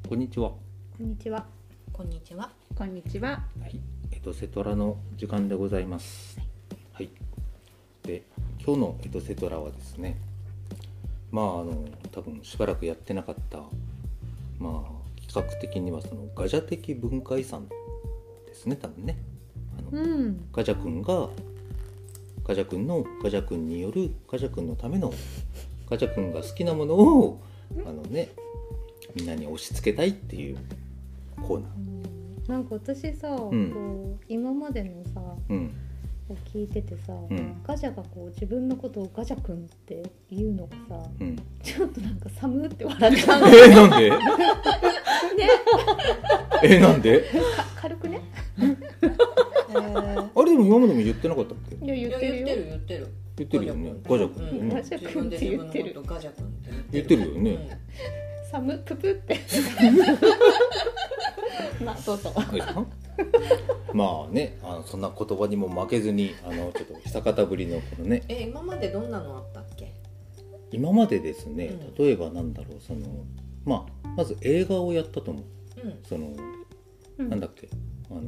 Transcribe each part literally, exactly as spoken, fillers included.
こんにちは。 こんにちは。 こんにちは。 こんにちは。 はい、エトセトラの時間でございます。はい。で、今日のエトセトラはですね、まああの多分しばらくやってなかった、まあ企画的にはそのガジャ的文化遺産ですね、多分ね。あの、うん、ガジャ君がガジャ君のガジャ君によるガジャ君のためのガジャ君が好きなものをあのね。みんなに押し付けたいっていうコーナー、 うん、なんか私さ、うん、こう今までのさ、うん、を聞いててさ、うん、ガジャがこう自分のことをガジャ君って言うのがさ、うん、ちょっとなんか寒って笑っちゃうの。 えー、なんでねえー、なんで軽くね、 えー、あれでも今までも言ってなかったっけ？ いや言ってるよ。 言ってる言ってる言ってるよね。ガジャ君、うん、 ガジャ君って言ってる。 ガジャ君って言ってるよね。うんサムププってまあそうそうまあね、あのそんな言葉にも負けずにあのちょっと久方ぶりのこのねえ今までどんなのあったっけ？ 今までですね、うん、例えばなんだろうそのまあまず映画をやったと思う、うん、その、うん、なんだっけあの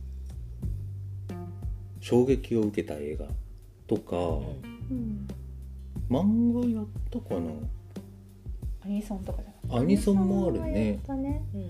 衝撃を受けた映画とか、うん、漫画やったかな。 アニソンとかじゃアニソンもあるね。 ね、うん、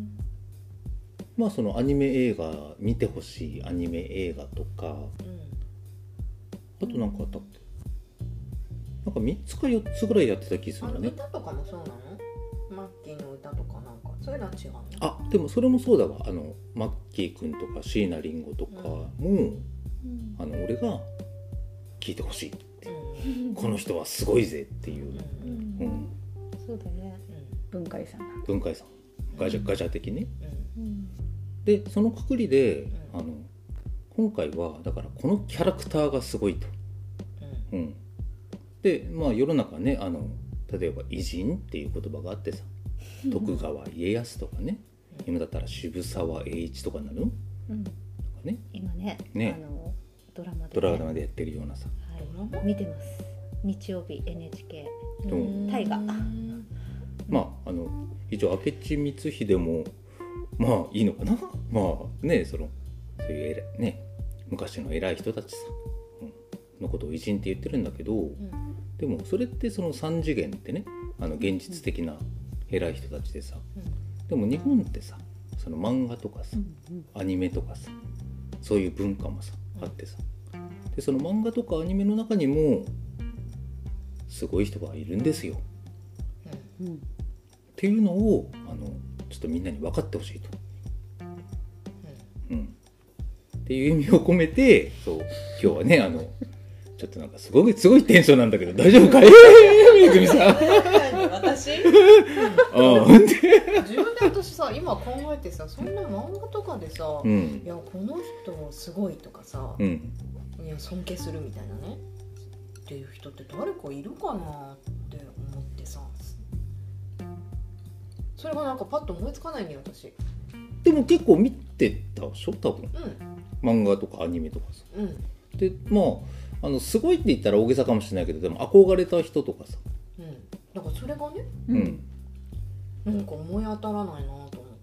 まあそのアニメ映画見てほしいアニメ映画とか、うん、あとなんかあったっけ？なんかみっつかよっつぐらいやってた気するんだね。 歌とかもそうなの？マッキーの歌とかなんかそういうのは違うの？ あ、でもそれもそうだわ。あのマッキーくんとか椎名林檎とかも、うん、あの俺が聴いてほしいって、うん、この人はすごいぜっていう、うんうん、そうだね。文化遺産文化遺産ガジャガジャ的ね、うん、でそのくくりで、うん、あの今回はだからこのキャラクターがすごいと、うんうん、でまあ世の中ねあの例えば偉人っていう言葉があってさ、うん、徳川家康とかね、うん、今だったら渋沢栄一とかなる、うん、とかね今ねねあのドラマで、ね、 ドラマでやってるようなさ、 はい、見てます日曜日 エヌエイチケー 大河まあ、あの一応明智光秀もまあいいのかなまあねそのそういう偉い、ね、昔の偉い人たちさ、うん、のことを偉人って言ってるんだけど、うん、でもそれってその三次元ってねあの現実的な偉い人たちでさ、うん、でも日本ってさその漫画とかさ、うん、アニメとかさそういう文化もさあってさでその漫画とかアニメの中にもすごい人がいるんですよ、うんうんっていうのをあのちょっとみんなに分かってほしいと、うんうん、っていう意味を込めてそう今日はねあのちょっとなんかすごいすごいテンションなんだけど大丈夫かいめぐみさん私あ自分で私さ今考えてさそんな漫画とかでさ、うん、いやこの人すごいとかさ、うん、いや尊敬するみたいなねっていう人って誰かいるかなって思ってさそれがなんかパッと思いつかないね私。 でも結構見てたでしょ多分、うん、漫画とかアニメとかさ、うん、でまああのすごいって言ったら大げさかもしれないけどでも憧れた人とかさ、 うん、だからそれがね、うん、なんか思い当たらないなと思って、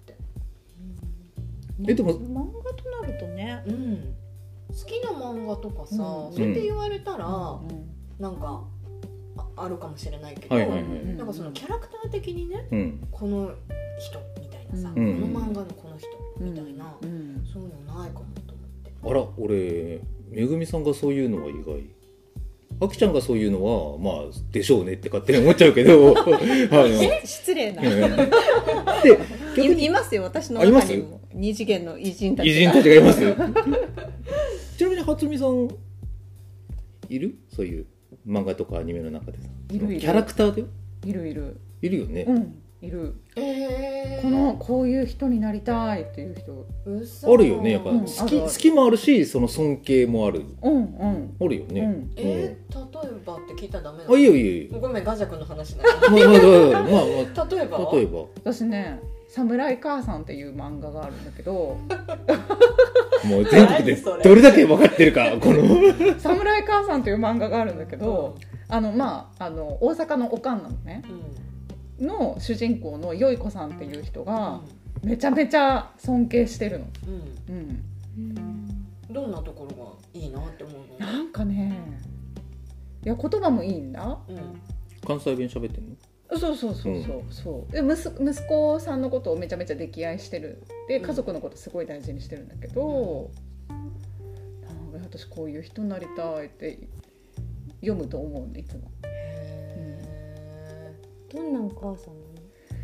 うん、えでも漫画となるとね、 うん、好きな漫画とかさ、うん、そうやって言われたら、うん、なんかあるかもしれないけど、はいはいはい、なんかそのキャラクター的にね、うん、この人みたいなさ、うん、この漫画のこの人みたいな、うん、そういうのないかもと思って。 あら俺めぐみさんがそういうのは意外あきちゃんがそういうのはまあでしょうねって勝手に思っちゃうけどえ失礼なでいますよ私の中にも二次元の偉人たちが偉人たちがいますちなみに初見さんいるそういう漫画とかアニメの中でさいるいるキャラクターでいるいるいるよねうんいる、 えー、 このこういう人になりたいっていう人あるよねやっぱ、うん、好き好きもあるしその尊敬もあるうんうんあるよね、うんえー、例えばって聞いたらダメなの？ あいいよいいよごめんガジャ君の話なのまあまあまあ、まあ、 例えば例えば私ねサムライ母さんっていう漫画があるんだけどもう全国でどれだけ分かってるかこのサムライ母さんっていう漫画があるんだけど、うん、あのまああの大阪のおかんなのね、 の主人公のよいこさんっていう人がめちゃめちゃ尊敬してるの、うんうんうん、どんなところがいいなって思うの？ なんかね、いや言葉もいいんだ、 うん、関西弁喋ってんの？ そうそうそうそう、うん、そうで 息, 息子さんのことをめちゃめちゃ溺愛してるで、家族のことすごい大事にしてるんだけど、うん、なんか私こういう人になりたいって読むと思うんでいつも。 へー、どんなお母さんなの？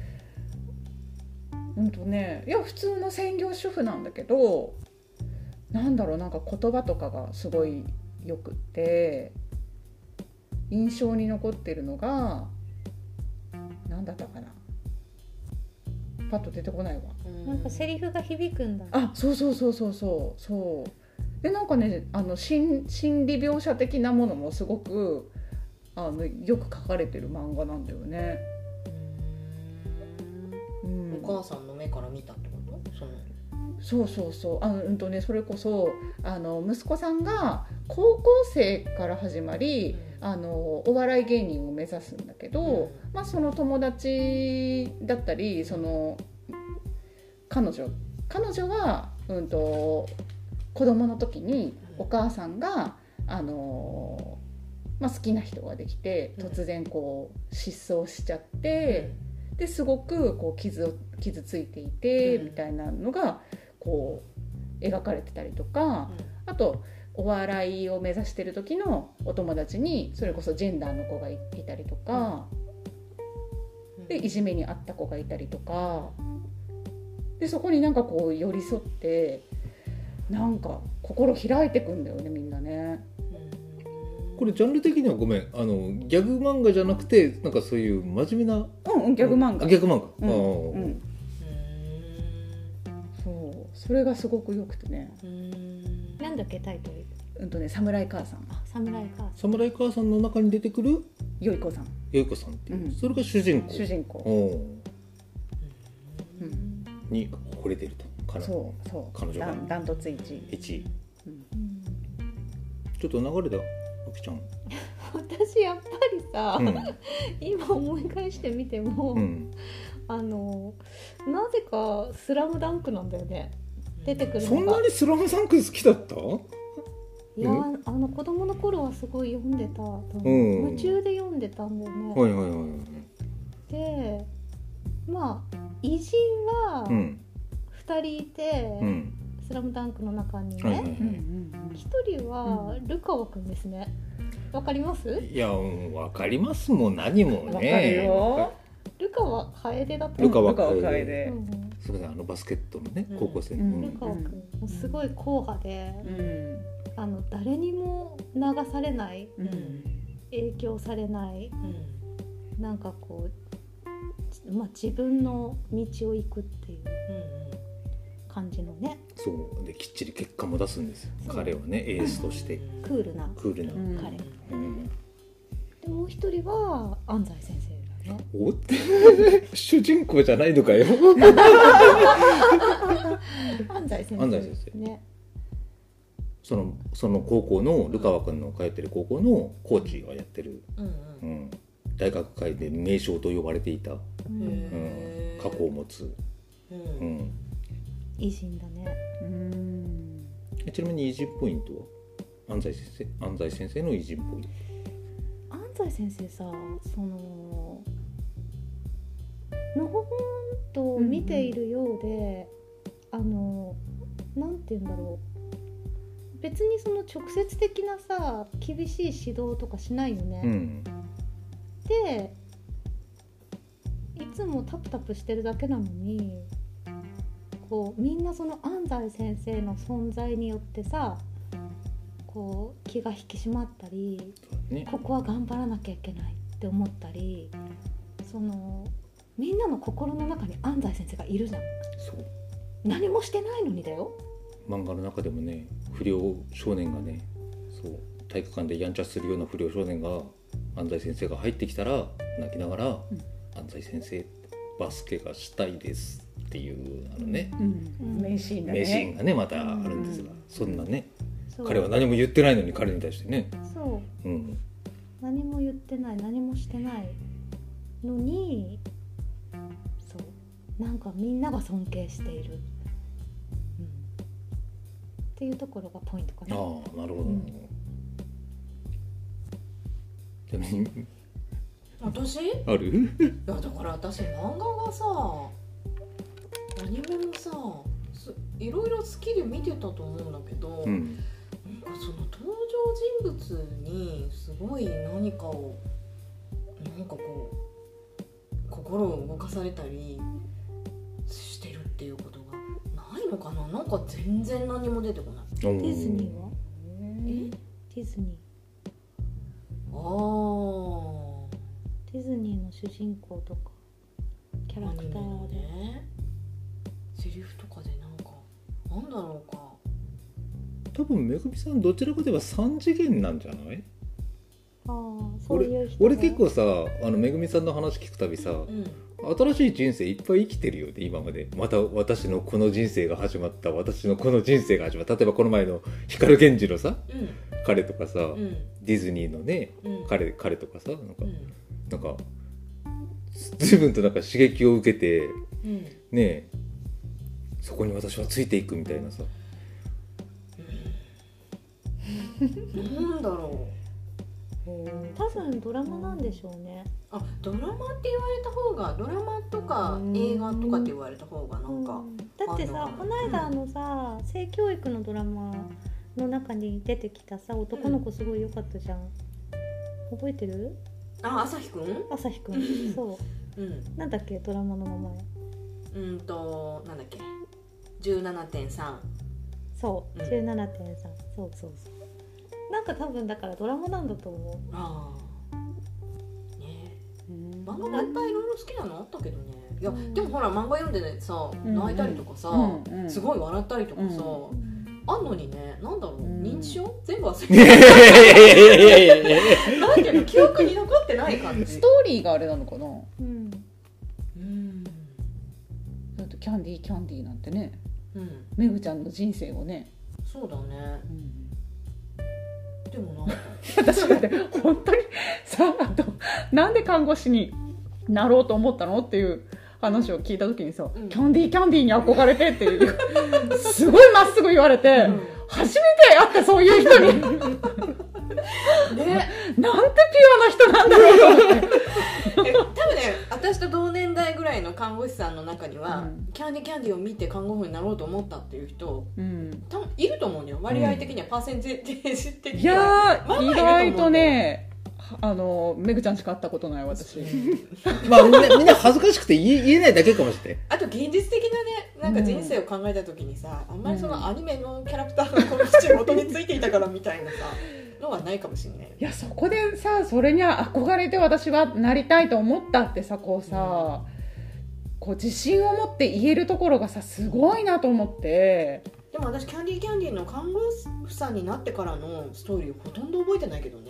うんとね、いや普通の専業主婦なんだけど、なんだろう、なんか言葉とかがすごいよくって印象に残ってるのが何だったかな、パッと出てこないわ。 なんかセリフが響くんだ。 あ、そうそうそうそうそうそうで、なんかね、あの 心, 心理描写的なものもすごくあのよく書かれてる漫画なんだよね。 うん、お母さんの目から見たってこと？そのそうそうそう、あの、うんとね、それこそあの息子さんが高校生から始まり、うん、あのお笑い芸人を目指すんだけど、うん、まあ、その友達だったり、その彼女彼女は、うんと、子供の時にお母さんがあの、まあ、好きな人ができて突然こう失踪しちゃって、うん、ですごくこう 傷, 傷ついていて、うん、みたいなのがこう描かれてたりとか、うん、あとお笑いを目指してる時のお友達にそれこそジェンダーの子が い, いたりとか、うん、でいじめにあった子がいたりとかで、そこになんかこう寄り添ってなんか心開いてくんだよね、みんなね。 これジャンル的にはごめん、あのギャグ漫画じゃなくてなんかそういう真面目な、 うんうん、ギャグ漫画、 ギャグ漫画、うんうん、そうそれがすごくよくてね。 うーん、なんだっけタイトル？ うんとね、侍母さん。 あ、侍母さん。 侍母さんの中に出てくるよいこさん。 よいこさんっていう、 うん、 それが主人公。 主人公。 おうん、に惚れてると。彼そうそう。 彼女がダントツいちい。 いちい。うん、ちょっと流れだ。あきちゃん。 私やっぱりさ、うん、今思い返してみても、うん、あのなぜかスラムダンクなんだよね、出てくるのが。 そんなにスラムダンク好きだった？ いや、うん、あの子供の頃はすごい読んでた、うん、夢中で読んでたんだよね。 はいはいはいはい。 で、まあ偉人はふたりいて、うん、スラムダンクの中にね、はいはいはい、ひとりはルカワくんですね。わかります？ いや、うん、わかりますもん、何もね。わかるよ。ルカワ楓だった。 ルカワ楓。うん、すみません、あのバスケットのね、うん、高校生の、うん、 ルカワくん、うん、すごい硬派で、うん、あの誰にも流されない、うん、影響されない、うん、なんかこう、まあ、自分の道を行くっていう。うん感じのね。 そうできっちり結果も出すんですよ、彼はね、エースとして、 うん、クールなクールな彼、うん、でもう一人は安西先生だね。 お主人公じゃないのかよ安西先生、 安西先生ね。そのその高校のルカワ君の通ってる高校のコーチをやってる、うんうんうん、大学界で名将と呼ばれていた、うんうん、過去を持つ、うんうん偉人だね。うーん、 ちなみに偉人ポイントは安西先生、安西先生の偉人ポイント。 安西先生さ、そののほほんと見ているようで、うんうん、あのなんて言うんだろう、別にその直接的なさ厳しい指導とかしないよね、うん、でいつもタプタプしてるだけなのに、こうみんなその安西先生の存在によってさ、こう気が引き締まったり、ね、ここは頑張らなきゃいけないって思ったり、そのみんなの心の中に安西先生がいるじゃん。そう何もしてないのにだよ。 漫画の中でもね、不良少年がね、そう体育館でやんちゃするような不良少年が安西先生が入ってきたら泣きながら、うん、安西先生バスケがしたいですっていうあのね、 うん、名シーンだね。 名シーンがねまたあるんですが、うん、そんなね、彼は何も言ってないのに彼に対してね、 そう、うん、何も言ってない、何もしてないのに、 なんかみんなが尊敬している、うん、っていうところがポイントかな。 ああ、なるほど、うん、ちなみに私ある？ いやだから私漫画がさアニメもさいろいろ好きで見てたと思うんだけど、うん、なんかその登場人物にすごい何かをなんかこう心を動かされたりしてるっていうことがないのかな。なんか全然何も出てこない。 ディズニーは？え？ディズニー。 ああ。 ディズニーの主人公とかキャラクターで、ね、 セリフとかでなんかなんだろうか。 多分めぐみさんどちらかといえば三次元なんじゃない？ ああ、そういう人。 俺、俺結構さあのめぐみさんの話聞くたびさ、うん、新しい人生いっぱい生きてるよね今まで。また私のこの人生が始まった私のこの人生が始まった。例えばこの前の光源氏のさ、うん、彼とかさ、うん、ディズニーのね、うん、彼彼とかさなんか、うん、なんか随分となんか刺激を受けて、うん、ねそこに私はついていくみたいなさ、 うん、なんだろう。 多分ドラマなんでしょうね。 あ、ドラマって言われた方がドラマとか映画とかって言われた方がなんか、うん、 だってさこの間のさ、うん、性教育のドラマの中に出てきたさ男の子すごい良かったじゃん、うん、覚えてる？ あ、朝日くん？ 朝日くんそう、うん、なんだっけドラマの名前。 うんとなんだっけ じゅうななてんさんそう、うん、じゅうななてんさん そうそうそう。なんか多分だからドラマなんだと思う。ああ、 ねえ、漫画がいっぱいいろいろ好きなのあったけどね。いや、うん、でもほら漫画読んでねさ、泣いたりとかさ、うんうん、すごい笑ったりとかさ、うん、あんのにね、なんだろう、うん、認知症全部忘れてる。なんていうの、記憶に残ってない感じ。 ストーリーがあれなのかな。うん。うん。だってキャンディーキャンディーなんてね、うん、めぐちゃんの人生をね。 そうだね。うんでもな私だって本当にさあとなんで看護師になろうと思ったのっていう話を聞いた時にさ、うん、キャンディーキャンディーに憧れてっていうすごいまっすぐ言われて、うん、初めて会ったそういう人にね、なんてピュアな人なんだろうと思って多分ね私と同年代ぐらいの看護師さんの中には、うん、キャンディーキャンディーを見て看護婦になろうと思ったっていう人、うん、多分いると思うのよ。割合的には、うん、パーセンテージ的には。 いやー、意外とねあのめぐちゃんしか会ったことない私まあみんな、みんな恥ずかしくて言 え, 言えないだけかもしれない。 あと現実的なねなんか人生を考えた時にさ、うん、あんまりそのアニメのキャラクターがこの口元についていたからみたいなさのはないかもしれない。 いやそこでさそれに憧れて私はなりたいと思ったってさこうさ、うん、こう自信を持って言えるところがさすごいなと思って。 でも私キャンディーキャンディーの看護婦さんになってからのストーリーほとんど覚えてないけどね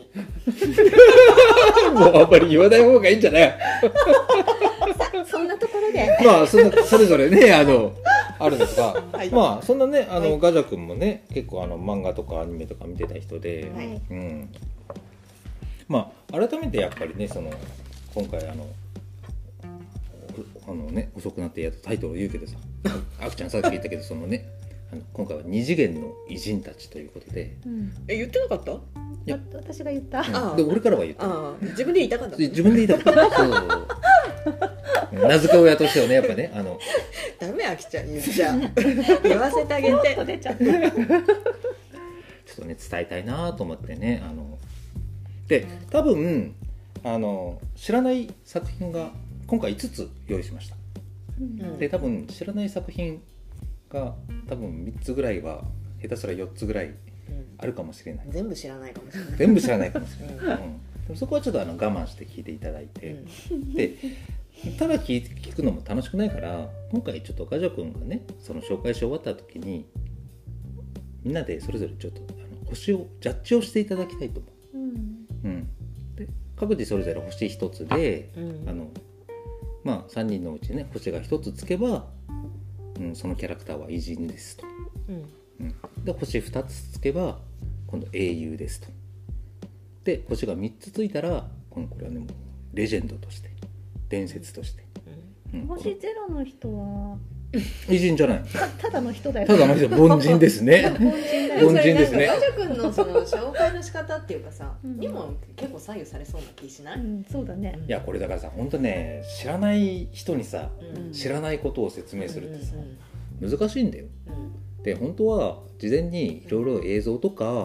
もうあんまり言わない方がいいんじゃないそんなところでまあ そ, それぞれねあのあるんですが、はい、まあそんなねあの、はい、ガジャ君もね結構あの漫画とかアニメとか見てた人で、はい、うん、まあ改めてやっぱりねその今回あのあのね遅くなってやっとタイトルを言うけどさあくちゃんさっき言ったけどそのね今回は二次元の偉人たちということで、 うん、え言ってなかった？いや私が言った。 うん、で俺からは言った。 あ自分で言いたかった。 自分で言いたかった。そう名付け親としてはねやっぱねあのダメあきちゃん言っちゃう言わせてあげて出ちゃったちょっとね伝えたいなと思ってねあので多分あの知らない作品が今回いつつ用意しました。うん、で多分知らない作品が多分みっつぐらいは下手すらよっつぐらいあるかもしれない、 うん、全部知らないかもしれない全部知らないかもしれない、うん、でもそこはちょっとあの我慢して聞いていただいて、うん、でただ 聞, 聞くのも楽しくないから今回ちょっとガジャ君がねその紹介し終わった時にみんなでそれぞれちょっとあの星をジャッジをしていただきたいと思う、うんうん、で各自それぞれ星ひとつで、うん、あのまあさんにんのうちね星がひとつつけばうん、そのキャラクターは偉人ですと、うんうん、で星ふたつつけば今度英雄ですとで星がみっつついたらこのこれはねもうレジェンドとして伝説として、うん星ゼロの人は偉人じゃない。 た, ただの人だよ、 ね、ただの人、凡人ですね。 凡人だよ。 凡人ですね。 ガジャ君のその紹介の仕方っていうかさ、うん、にも結構左右されそうな気しない？ うん、そうだね。 いやこれだからさ、本当ね、知らない人にさ、うん、知らないことを説明するってさ、うん、難しいんだよ。うん、で本当は事前にいろいろ映像とか、うん、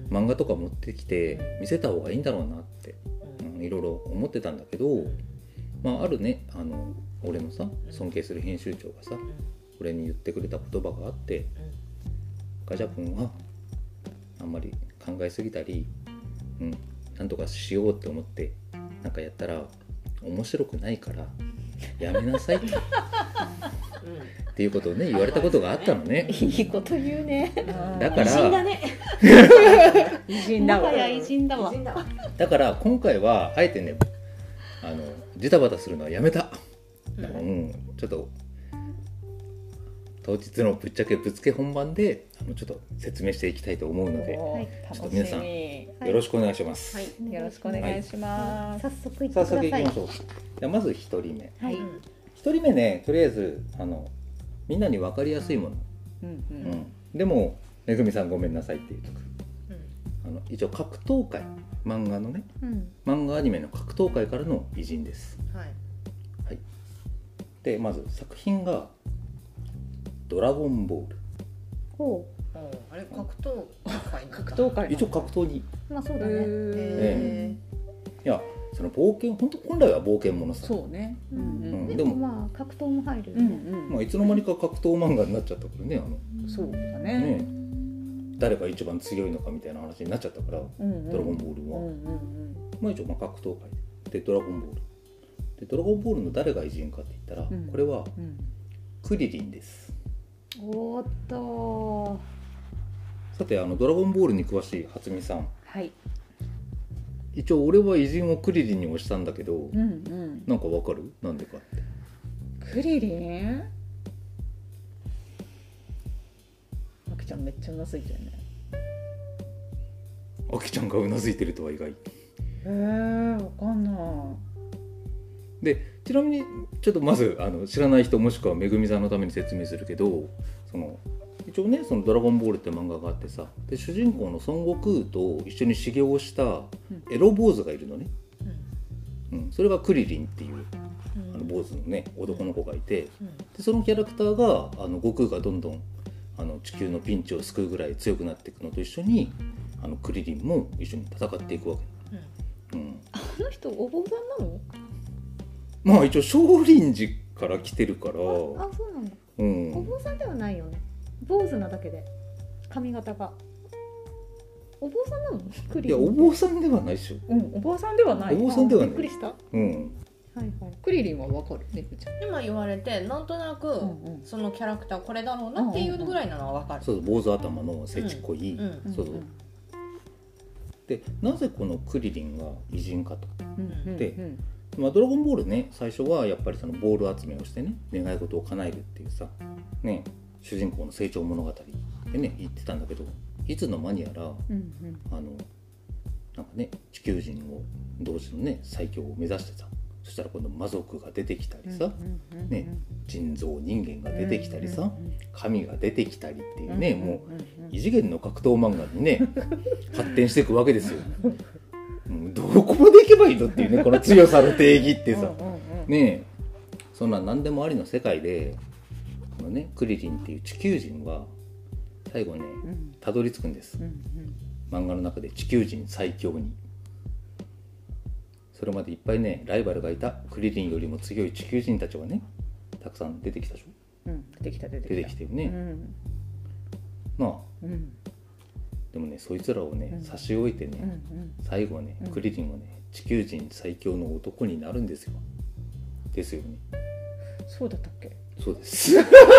漫画とか持ってきて見せた方がいいんだろうなって、うん、いろいろ思ってたんだけど、まああるね、あの俺のさ尊敬する編集長がさ、俺に言ってくれた言葉があって、ガジャ君はあんまり考えすぎたり、うん、なんとかしようって思ってなんかやったら面白くないからやめなさいって、うん、っていうことをね言われたことがあったのね。 いいこと言うね。 だから偉人だね。 偉人だわ。偉人だわ。 だから今回はあえてね、あのジタバタするのはやめた。うん、ちょっと当日のぶっちゃけぶつけ本番であのちょっと説明していきたいと思うので、はい、ちょっと皆さんよろしくお願いします。 はい、よろしくお願いします。 はい、早速いってください。早速いきましょう。 じゃあまずひとりめ。 はい。 ひとりめね、とりあえずあのみんなに分かりやすいもの。うんうんうん、でもめぐみさんごめんなさいっていうとこ。うん、あの一応格闘界、漫画のね、うん、漫画アニメの格闘界からの偉人です。はい。はい。でまず作品がドラゴンボール。 ほう。あれ格闘界格闘界一応格闘に。 まあそうだね。 えー、いやその冒険本当本来は冒険ものさ。 そうね。 うんうん、でもまあ格闘も入るよね。うんうん、 まあいつの間にか格闘漫画になっちゃったからね、あの。 そうだね。 ね誰が一番強いのかみたいな話になっちゃったから、うんうん、ドラゴンボールは。うんうんうん、まあ一応まあ格闘界でドラゴンボール。でドラゴンボールの誰が偉人かって言ったら、うん、これは、うん、クリリンです。 おーっとさてあのドラゴンボールに詳しい初見さん、 はい、 一応俺は偉人をクリリンに押したんだけど、うんうん、なんかわかる？なんでかって。 クリリン？あきちゃんめっちゃうなずいてるね。 あきちゃんがうなずいてるとは意外。 へえー、わかんない。 でちなみにちょっとまずあの知らない人もしくはめぐみさんのために説明するけど、その一応ねそのドラゴンボールって漫画があってさ、で主人公の孫悟空と一緒に修行をしたエロ坊主がいるのね、うんうん、それがクリリンっていう、うん、あの坊主のね男の子がいて、うん、でそのキャラクターがあの悟空がどんどんあの地球のピンチを救うぐらい強くなっていくのと一緒にあのクリリンも一緒に戦っていくわけ、うんうん、 あの人お坊さんなの？ まあ一応少林寺から来てるから。あ、 あそうなんだ、うん、お坊さんではないよね。坊主なだけで髪型が。お坊さんなの？クリリン。 いやお坊さんではないでしょ。 うん、お坊さんではない。 お坊さんではない。 びっくりした。 うん。 はいはい。 クリリンはわかるね。 今言われてなんとなく、うんうん、そのキャラクターこれだろうなっていうぐらいなのはわかる。 そうそう、坊主頭のせちこい、うんうん、そうそう。でなぜこのクリリンが偉人かと。うん、で。うんうんまあ、ドラゴンボールね最初はやっぱりそのボール集めをしてね願い事を叶えるっていうさ、ね、主人公の成長物語でね言ってたんだけど、いつの間にやら、うんうん、あのなんかね地球人を同時のね最強を目指してさ、そしたら今度魔族が出てきたりさ、うんうんうんね、人造人間が出てきたりさ、うんうんうん、神が出てきたりっていうね、うんうんうんうん、もう異次元の格闘漫画にね発展していくわけですよ。どこまで行けばいいのっていうねこの強さの定義ってさうんうん、うん、ねえそんな何でもありの世界でこのねクリリンっていう地球人は最後ねたどり着くんです、うんうん、漫画の中で地球人最強に。それまでいっぱいねライバルがいたクリリンよりも強い地球人たちはねたくさん出てきたでしょ、 うん、出てきた出てきた出てきてるね、うん、まあ、うんでもねそいつらをね、うん、差し置いてね、うんうん、最後はね、うん、クリリンはね地球人最強の男になるんですよ。ですよね。 そうだったっけ？ そうです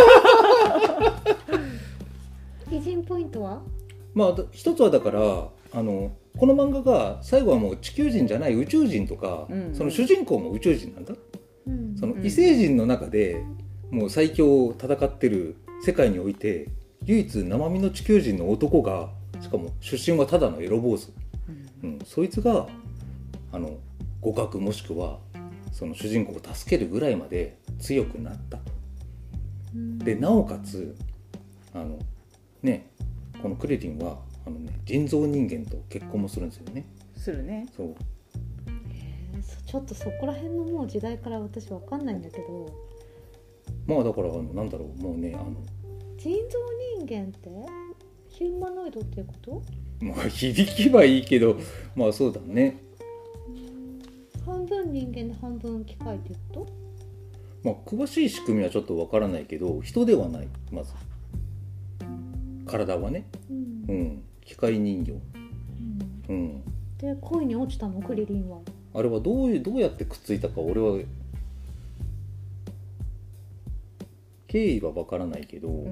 偉人ポイントは？ まあ一つはだからあのこの漫画が最後はもう地球人じゃない宇宙人とか、うんうん、その主人公も宇宙人なんだ、うん、その異星人の中でもう最強を戦ってる世界において唯一生身の地球人の男がしかも出身はただのエロ坊主、うんうん、そいつがあの互角もしくはその主人公を助けるぐらいまで強くなったと。でなおかつあのねこのクリリンはあの、ね、人造人間と結婚もするんですよね。 するね。 そう。 えー、ちょっとそこら辺のもう時代から私わかんないんだけど。 まあだからあのなんだろうもうねあの人造人間ってヒューマノイドっていうこと？ まあ響きはいいけどまあそうだね。 半分人間で半分機械っていうこと？ まあ詳しい仕組みはちょっとわからないけど人ではないまず体はね、うんうん、機械人形、うんうん、 で恋に落ちたのクリリンは。 あれはどういうどうやってくっついたか俺は経緯はわからないけど、うん、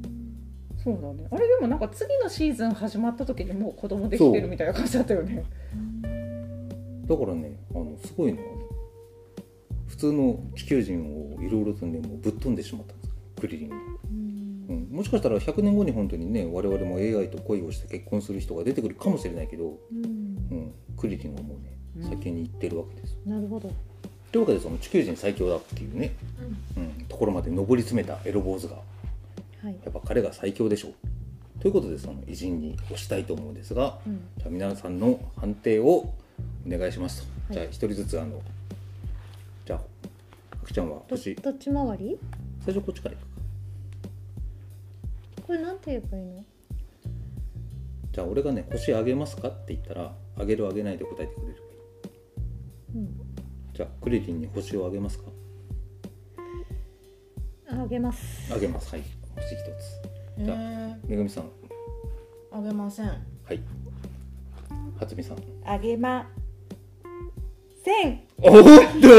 そうだね。あれでもなんか次のシーズン始まった時にもう子供できてるみたいな感じだったよね。 だからねあのすごいのはね普通の地球人をいろいろとねもうぶっ飛んでしまったんですクリリンが、うんうん、もしかしたらひゃくねんごに本当にね我々も エーアイ と恋をして結婚する人が出てくるかもしれないけど、うんうん、クリリンはもうね先に行ってるわけです、 うん、なるほど。 というわけでその地球人最強だっていうね、うんうん、ところまで上り詰めたエロ坊主が、はい、やっぱ彼が最強でしょうということでその偉人に推したいと思うんですが、うん、じゃあ皆さんの判定をお願いしますと、はい、じゃあ一人ずつあのじゃああきちゃんは星ど, どっち回り？ 最初こっちからいくか。 これなんて言えばいいの？ じゃあ俺がね星あげますかって言ったらあげるあげないで答えてくれればいい、うん、じゃあクリリンに星をあげますか？ あげます。 あげます。はい星一つ。じゃあめぐみさんあげません。 はい。はつみさんあげません。 おっと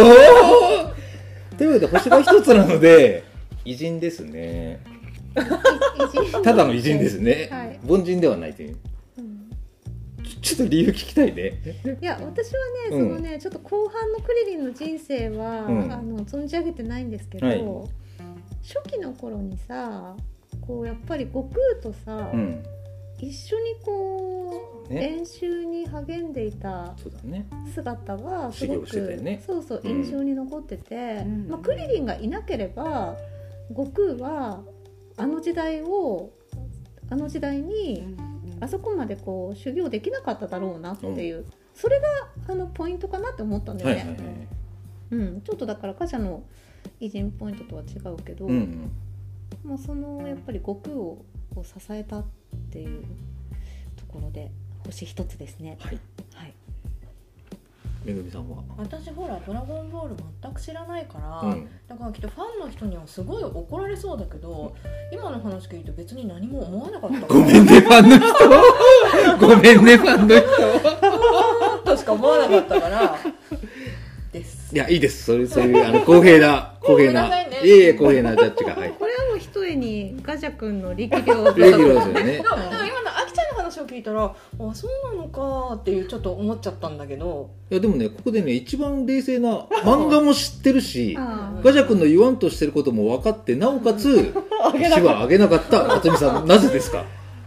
というわけで星が一つなので偉人ですね。ただの偉人ですね、はい、凡人ではないという、うん、ちょっと理由聞きたいね。 いや私はね、うん、そのねちょっと後半のクリリンの人生は、うん、あの存じ上げてないんですけど、はい、初期の頃にさこうやっぱり悟空とさ、うん、一緒にこう、ね、練習に励んでいた姿がすごくそう、ね、そうそう印象に残ってて、うんまあ、クリリンがいなければ悟空はあの時代をあの時代にあそこまでこう修行できなかっただろうなっていう、うん、それがあのポイントかなって思ったんだよね、はいはいはいうん、ちょっとだから貨車の偉人ポイントとは違うけど、うんうんまあ、そのやっぱり悟空をこう支えたっていうところで星一つですね。はい、はいめぐみさんは私ほらドラゴンボール全く知らないから、うん、だからきっとファンの人にはすごい怒られそうだけど、うん、今の話聞いて別に何も思わなかったごめんねファンの人ごめんねファンの人としか思わなかったからですいやいいですそれそういうあの公平な公平な、ね、いえいえ公平なジャッジが、はい、 これはもう一重にガジャ君の力量力量ですよねでも今のあきちゃんの話を聞いたらあそうなのかっていうちょっと思っちゃったんだけどいやでもねここでね一番冷静な漫画も知ってるしガジャ君の言わんとしてることも分かってなおかつ星はあげなかった渥美さんなぜですか？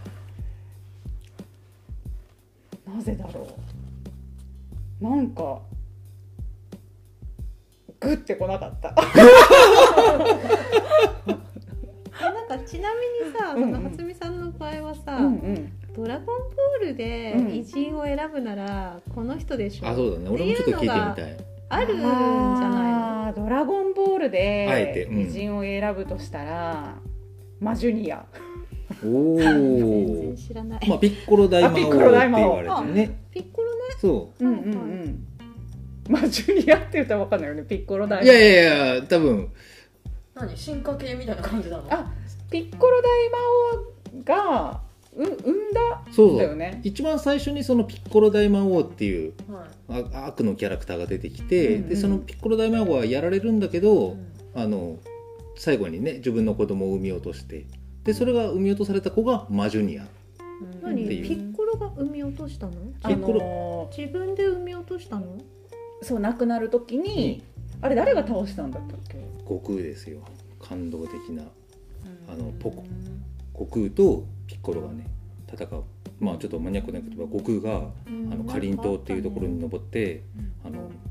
なぜだろうなんかグッてこなかったなんかちなみにさ、うんうん、その初見さんの場合はさ、うんうん、ドラゴンボールで偉人を選ぶならこの人でしょ、 うん、あそうだね俺もちょっと聞いてみたいあるんじゃないの？ ドラゴンボールで偉人を選ぶとしたら、うん、マジュニアお全然知らない、 まあ、ピッコロ大魔王って言われてねピッコロねそううんうんうんまあジュニアって言ったら分かんないよねピッコロ大魔王いやいやいや多分何進化系みたいな感じなの？ あピッコロ大魔王がう生んだそうだよね。 一番最初にそのピッコロ大魔王っていう、はい、悪のキャラクターが出てきて、うんうん、でそのピッコロ大魔王はやられるんだけど、うん、あの最後にね自分の子供を産み落としてでそれが産み落とされた子がマジュニア、 うん、何ピッコロが産み落としたの？ピッコロ自分で産み落としたの？ そう亡くなる時に、うん、あれ誰が倒したんだったっけ？ 悟空ですよ感動的なあのポコ悟空とピッコロがね戦うまあちょっとマニアックな言葉悟空があのかりんとうっていうところに登ってあの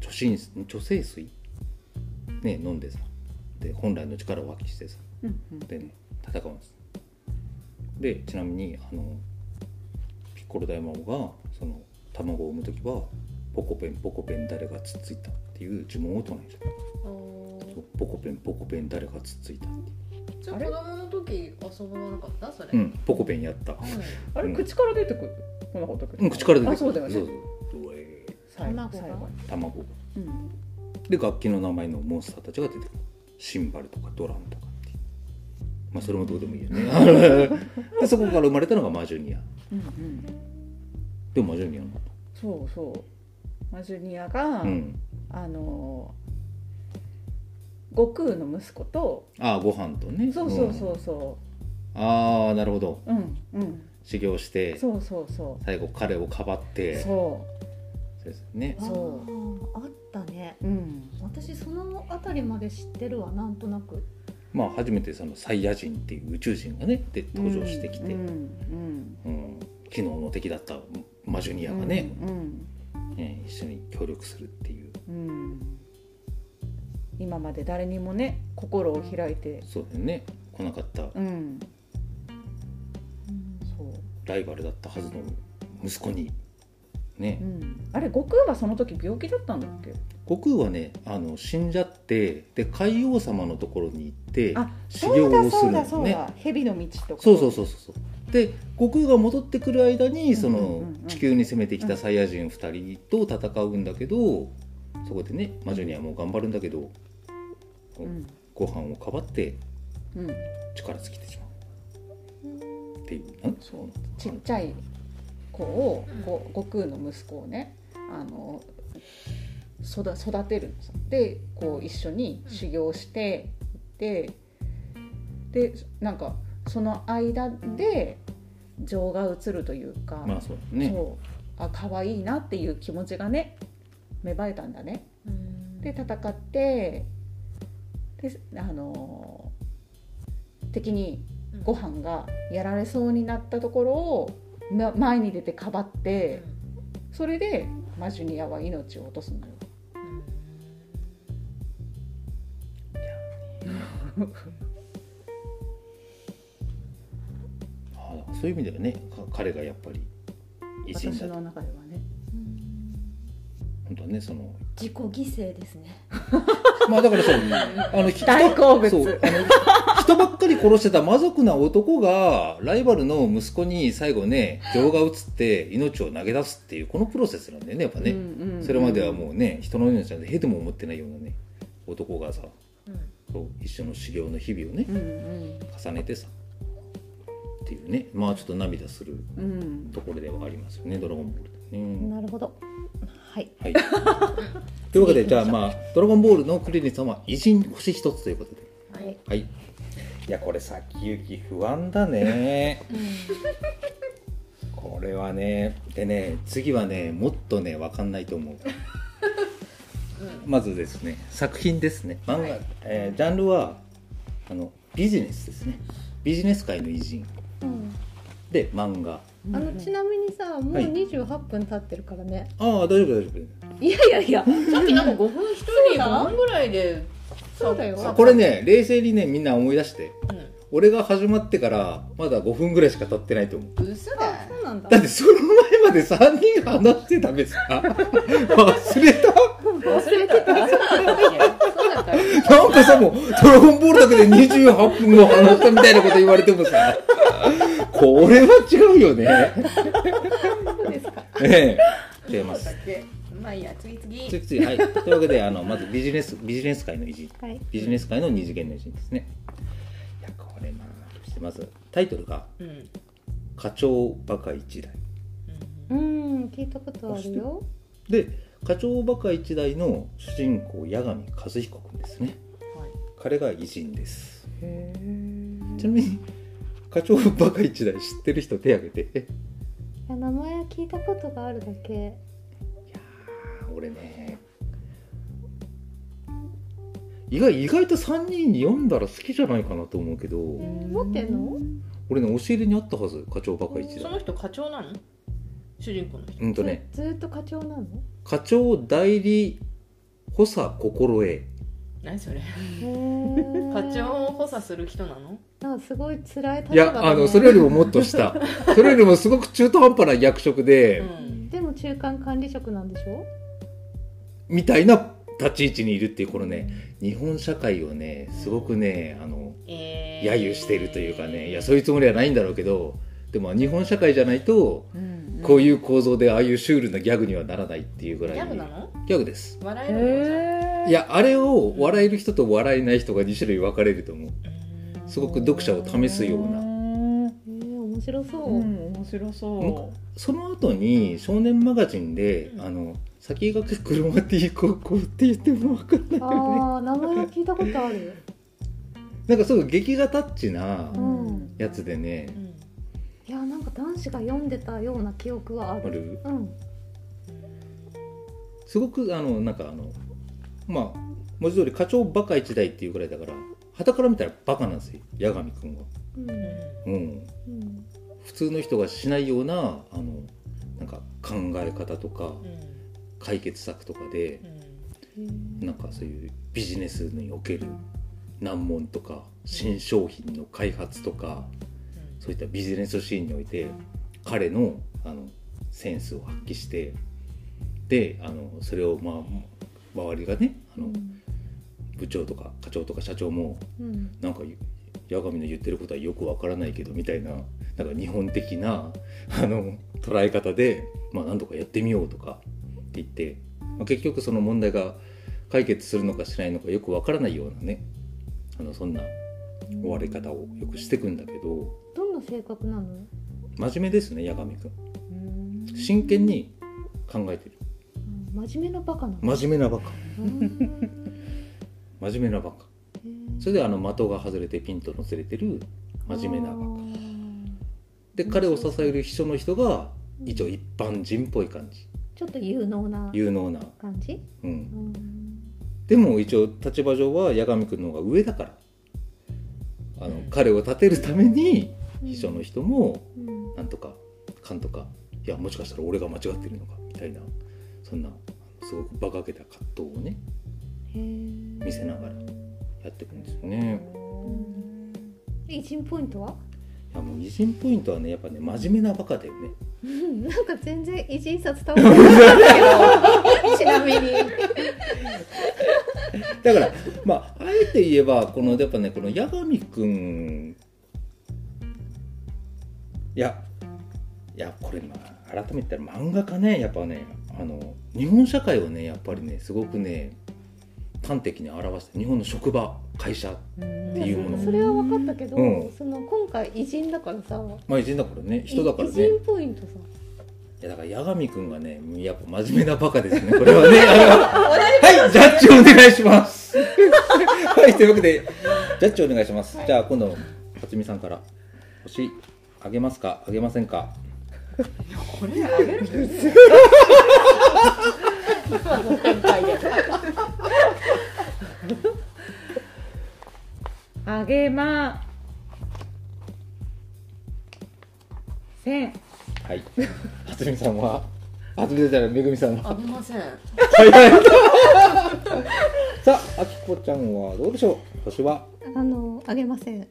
貯水貯精水ね飲んでさ、で本来の力を発揮してさ、うんうん、でね戦うんです。でちなみにあのピッコロ大魔王がその卵を産む時はポコペンポコペン誰がつっついたっていう呪文を唱える。ポコペンポコペン誰がつっついたっていう。 じゃあ子供の時遊ばなかったそれ？ うん、ポコペンやった。 あれ、うん、口から出てくる？こんなことうん、口から出てくる。 あ、そうだよね。 そうそう卵が卵が、うん、で楽器の名前のモンスターたちが出てくる。シンバルとかドラムとかっていう、まあそれもどうでもいいよね。でそこから生まれたのがマジュニア、うんうん、でもマジュニアのそうそうマジュニアが、うん、あの悟空の息子とああご飯とねそうそうそうそう、 うん、ああなるほど、 うんうん、 修行してそうそうそう最後彼をかばってそうそうですね。 そうあったね、うん、私そのあたりまで知ってるわなんとなく。 まあ初めてそのサイヤ人っていう宇宙人がねで登場してきて、うんうんうん、昨日の敵だったマジュニアがね、うんうんね、一緒に協力するっていう、うん、 今まで誰にもね心を開いてそうだよね来なかった、うん、そうライバルだったはずの息子にねうん、あれ悟空はその時病気だったんだっけ？ 悟空はねあの死んじゃってで海王様のところに行って修行をするんですね。 蛇の道とかそうそうそうそうで悟空が戻ってくる間にその地球に攻めてきたサイヤ人ふたりと戦うんだけど、そこでね魔女にはもう頑張るんだけど、うん、ご飯をかばって力尽きてしまう、うん、っていう、うん、 そうちっちゃい子を、うん、悟空の息子をねあの 育, 育てるんですよ。でこう一緒に修行していって、でなんかその間で情が移るというか、 まあそうね、 そうあ可愛いなっていう気持ちがね芽生えたんだね。うんで戦ってであの敵にご飯がやられそうになったところを前に出てかばって、うん、それでマジュニアは命を落とすのよ、 うん、あそういう意味ではね彼がやっぱり偉人だと私の中ではね、うん、 本当はねその自己犠牲ですねまあだからそうあの大好物そうあの人ばっかり殺してた魔族な男がライバルの息子に最後ね情が移って命を投げ出すっていうこのプロセスなんだよねやっぱね、うんうんうん、それまではもうね人の命なんてへでも思ってないようなね男がさ、うん、そう一緒の修行の日々をね、うんうん、重ねてさっていうねまあちょっと涙するところではありますよね、うん、ドラゴンボールでね。 なるほどはい、はい、 というわけでじゃあまあドラゴンボールのクリリンさんは偉人星一つということではい、はい、いやこれ先行き不安だね、うん、これはねでね次はねもっとね分かんないと思う、うん、まずですね作品ですね漫画、はいえー、ジャンルはあのビジネスですねビジネス界の偉人、うん、で漫画あのちなみにさもうにじゅうはっぷん経ってるからね、 はい、ああ大丈夫大丈夫いやいやいやさっきなんかごふんひとりごふんぐらいでそうだよこれね冷静にねみんな思い出して、うん、俺が始まってからまだごふんぐらいしか経ってないと思う。 嘘だそうなんだだってその前までさんにん話してたべさ忘れた忘れてたそうだったなんかさもうドラゴンボールだけでにじゅうはっぷんも話したみたいなこと言われてもさこれは違うよねそうですかええ違いますまあいいや次次次次はいというわけであのまずビジネスビジネス界の偉人、はい、ビジネス界の二次元の偉人ですね。いやこれまあそしてまずタイトルが、うん、課長バカ一代うん、うん聞いたことあるよ。 で課長バカ一代の主人公八神和彦くんですね、はい、彼が偉人です。へーちなみに課長バカ一代知ってる人手挙げて。いや名前は聞いたことがあるだけ。いや俺ね意外、意外とさんにんに読んだら好きじゃないかなと思うけど、 えー、持ってんの？ 俺ね押し入れにあったはず課長バカ一代。 その人課長なの？主人公の人。 うんとねず, ずっと課長なの？ 課長代理補佐心得。 何それ課長を補佐する人なの？ なんかすごい辛い立場だね。 いやあのそれよりももっとしたそれよりもすごく中途半端な役職で、うん、 でも中間管理職なんでしょみたいな立ち位置にいるっていうこのね、日本社会をねすごくねあの、えー、揶揄しているというかね、いやそういうつもりはないんだろうけど、でも日本社会じゃないと、うんうん、こういう構造でああいうシュールなギャグにはならないっていうぐらい。 ギャグなの？ ギャグです。 笑えるのじゃん。 いやあれを笑える人と笑えない人がに種類分かれると思う。すごく読者を試すような。 えー、面白そう、うん、 面白そう。 その後に少年マガジンで、うん、あの先駆け車 T 高校って言っても分かんないよね。 ああ名前は聞いたことある。 なんかすごい劇画タッチなやつでね、うんうん、 いやなんか男子が読んでたような記憶はある。ある、うん、 すごくあのなんかあのまあ文字通り課長バカ一代っていうぐらいだから傍から見たらバカなんですよ八神くんは、うんうんうん、普通の人がしないようなあのなんか考え方とか、うん、解決策とかで、うん、なんかそういうビジネスにおける難問とか新商品の開発とか、うん、そういったビジネスシーンにおいて彼の、あのセンスを発揮してであのそれをまあ周りがねあの、うん、部長とか課長とか社長も、うん、なんか八神の言ってることはよくわからないけどみたいな、なんか日本的なあの捉え方で、まあ、何とかやってみようとかって言って、まあ、結局その問題が解決するのかしないのかよくわからないようなねあのそんな終わり方をよくしてくんだけど、 どんな性格なの？ 真面目ですね八神くん。真剣に考えてる。 真面目なバカなの？ 真面目なバカ真面目なバカ。それであの的が外れてピンと乗せれてる真面目なバカで、彼を支える秘書の人が一応一般人っぽい感じ、 ちょっと有能な有能な感じ、うんうん、 でも一応立場上は八神くんの方が上だから、あの、うん、彼を立てるために秘書の人もなんとかかんとか、いやもしかしたら俺が間違ってるのかみたいな、そんなすごく馬鹿げた葛藤をね見せながらやっていくんですよね。 偉人ポイントは？ いやもう偉人ポイントはねやっぱね真面目なバカだよね。 なんか全然偉人さ伝わってないけどちなみにだからまああえて言えばこのやっぱねこの八神くんいやいやこれまあ改めて言ったら漫画家ねやっぱねあの日本社会をねやっぱりねすごくね端的に表して日本の職場会社っていうもの、 それは分かったけど、うん、その今回偉人だからさ、 まあ偉人だからね人だからね偉人ポイントさ、 いやだから八神くんがねやっぱ真面目なバカですねこれはねはいジャッジお願いしますはいというわけでジャッジお願いします、はい、じゃあ今度辰巳さんから星あげますかあげませんか。 これあげる人いるのあげません。 はい。初見さんは、初見じゃないめぐみさんは。 あげません。 早い。さあ、あきこちゃんはどうでしょう。星は。 あのあげません。いや